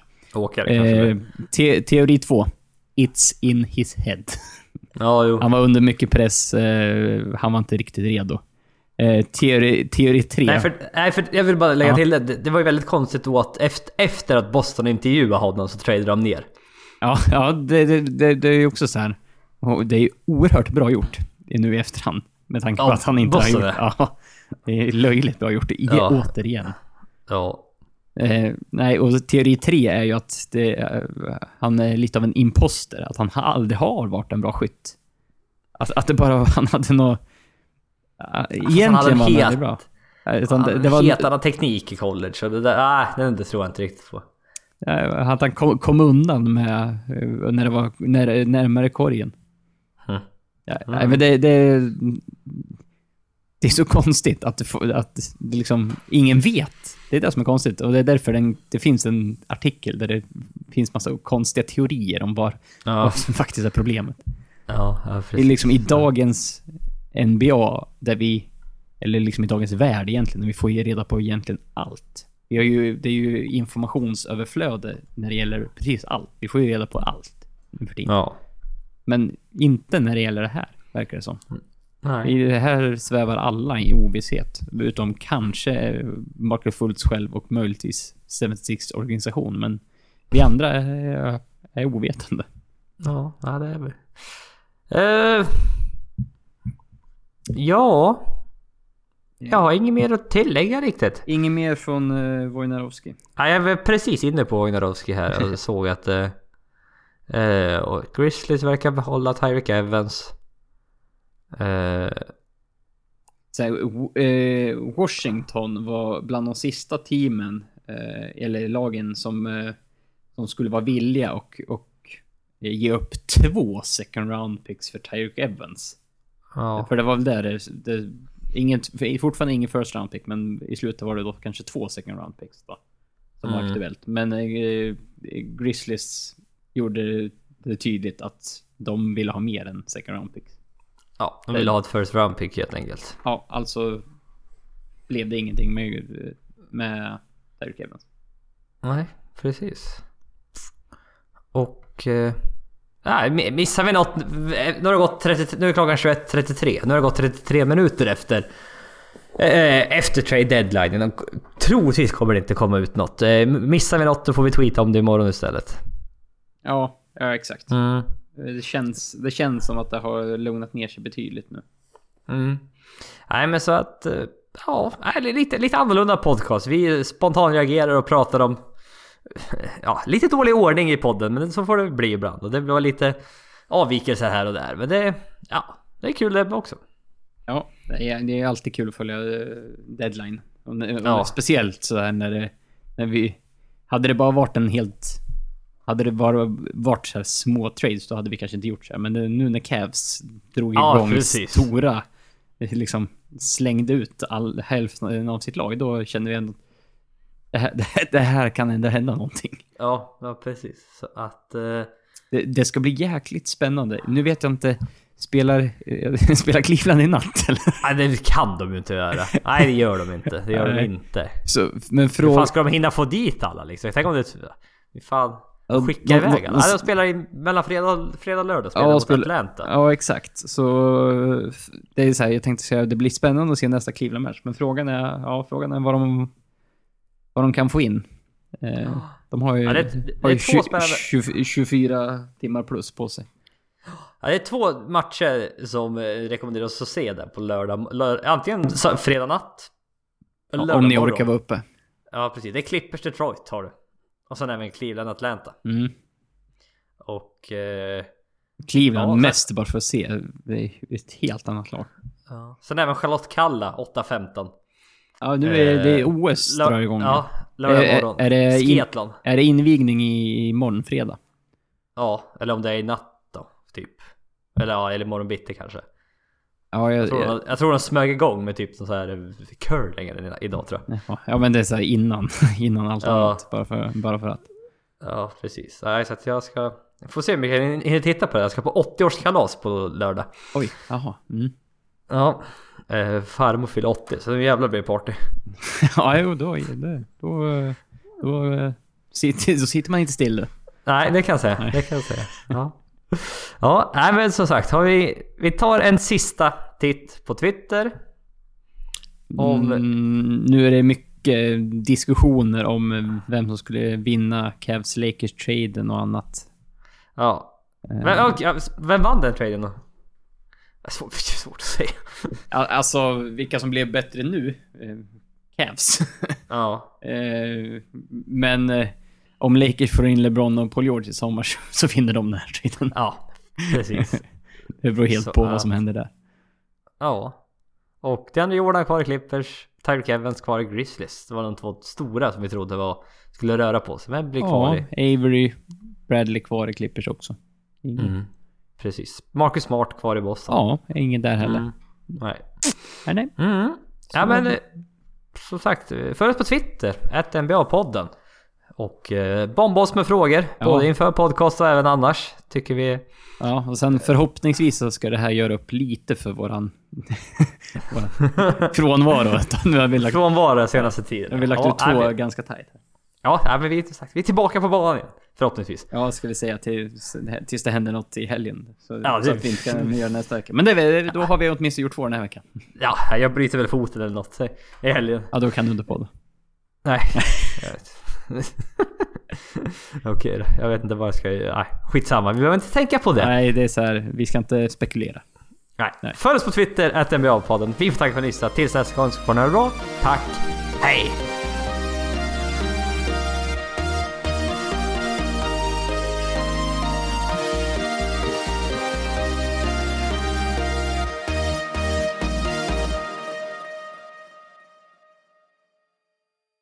Teori 2. It's in his head. Ja, jo. Han var under mycket press. Han var inte riktigt redo. Teori 3. Nej, för jag vill bara lägga till det. Det var ju väldigt konstigt då att efter att Boston intervjuade honom så tradade de ner. Ja, det är ju också så här. Det är ju oerhört bra gjort nu i efterhand. Med tanke på att han inte har gjort... Ja, det är löjligt bra gjort återigen. Ja. Nej, och teori 3 är ju att han är lite av en imposter. Att han aldrig har varit en bra skytt. Att det bara han hade något... Egentligen var han väldigt bra. Det var en helt annan teknik i college. Så det tror jag inte riktigt på. Att han kom undan med när det var närmare korgen. Men det är så konstigt att det liksom ingen vet. Det är det som är konstigt och det är därför det finns en artikel där det finns massa konstiga teorier om vad som faktiskt är problemet. Ja, det är liksom i dagens NBA eller liksom i dagens värld egentligen, när vi får reda på egentligen allt. Det är ju informationsöverflöde när det gäller precis allt. Vi får ju reda på allt nu för tiden. Ja. Men inte när det gäller det här, verkar det som. Nej. I det här svävar alla i ovisshet. Utom kanske Markel Fultz själv och möjligtvis 76 organisation. Men vi andra är ovetande. Ja, det är vi. Ja. Jag har inget mer att tillägga riktigt. Inget mer från Wojnarowski. Ja, jag var precis inne på Wojnarowski här och såg att och Grizzlies verkar behålla Tyreke Evans. Washington var bland de sista teamen eller lagen som skulle vara villiga och ge upp 2 second round picks för Tyreke Evans. Ja. För det var väl där fortfarande ingen first round pick, men i slutet var det då kanske 2 second round picks då, som var aktuellt. Men Grizzlies gjorde det tydligt att de ville ha mer än second round picks. Ja, de ville ha ett first round pick helt enkelt. Ja, alltså blev det ingenting med Tyreke Evans. Nej, precis. Och missar vi något? Nu har det gått 30, nu är klockan 21:33. Nu har det gått 33 minuter efter trade deadline. Troligtvis kommer det inte komma ut något. Missar vi något, då får vi tweeta om det imorgon istället. Ja, exakt. Det känns som att det har lugnat ner sig betydligt nu. Nej, men så att lite annorlunda podcast. Vi spontant reagerar och pratar om lite dålig ordning i podden, men så får det bli ibland. Och det blir lite avvikelser här och där. Men det är kul det också. Ja, det är alltid kul att följa deadline. Och speciellt så här när vi hade det bara varit hade det bara varit så här små trades, då hade vi kanske inte gjort så här. Men nu när Cavs drog igång stora, liksom slängde ut hälften av sitt lag, då kände vi ändå det här kan ändå hända någonting. Ja, precis. Så att det ska bli jäkligt spännande. Nu vet jag inte, spelar Cleveland i natt eller? Nej, det kan de ju inte göra. Nej, det gör de inte. Det gör de inte. Så, men hur fan ska de hinna få dit alla liksom? Tänk om det skicka iväg alla. De spelar mellan fredag och lördag mot Atlanta. Ja, exakt. Så det är så här, jag tänkte säga att det blir spännande att se nästa Cleveland-match, men frågan är vad de kan få in. De har ju 24 timmar plus på sig. Ja, det är 2 matcher som rekommenderas att se där på lördag. Antingen fredag natt eller om ni orkar vara uppe. Ja, precis. Det är Clippers Detroit har du. Och sen även Cleveland Atlanta. Och Cleveland mest bara för att se. Det är ett helt annat lag. Ja. Sen även Charlotte Kalla 8-15. Ja, nu är det OS drar igång. Ja, lördag morgon. Är det invigning i morgon fredag? Ja, eller om det är i natt då, typ. Eller morgon bitti kanske. Ja, jag tror de smög igång med typ så här curling idag, tror jag. Ja, men det är så här innan allt annat, bara för att. Ja, precis. Nej, så att jag får se om jag hinner titta på det. Jag ska på 80-årskalas på lördag. Oj, jaha. Ja, farmor fyller 80, så det jävla blir party. Ja, jo, då sitter man inte still. Nej, det kan jag säga. Det kan jag säga. Ja, nej, men som sagt, vi tar en sista titt på Twitter. Nu är det mycket diskussioner om vem som skulle vinna Cavs Lakers traden och annat. Ja. Men, vem vann den traden då? Det är svårt att säga. Alltså, vilka som blev bättre nu? Cavs. Ja. Men om Lakers får in LeBron och Paul George i sommar så vinner de den här traden. Ja, precis. Det beror helt på vad som händer där. Ja. Och den Jordan kvar i Clippers, Tyreek Evans kvar i Grizzlies. Det var de 2 stora som vi trodde skulle röra på sig. Men blir kvar i... Avery, Bradley kvar i Clippers också. Precis. Marcus Smart kvar i Boston. Ja, ingen där heller. Nej. Nej. Ja, men som sagt, följ oss på Twitter @NBA-podden. Och bomba oss med frågor, både inför podcast och även annars, tycker vi. Ja, och sen förhoppningsvis så ska det här göra upp lite för våran frånvaro. Nu har vi lagt frånvaro senaste tiden. Vi har lagt ut 2 ganska tajt. Ja, men vi är tillbaka på banan igen, förhoppningsvis. Ja, ska vi säga tills det händer något i helgen. Så att vi inte kan göra nästa vecka. Men då har vi åtminstone gjort 2 den här veckan. Ja, jag bryter väl foten eller något i helgen. Ja, då kan du inte på det. Nej, jag vet. Okej, jag vet inte vad jag ska göra. Nej, skitsamma, vi behöver inte tänka på det. Nej, det är så här, vi ska inte spekulera. Nej. Följ oss på Twitter @NBA-podden. Vi får tacka för att ni lyssnade. Tills nästa gång så får ni ha det bra. Tack, hej!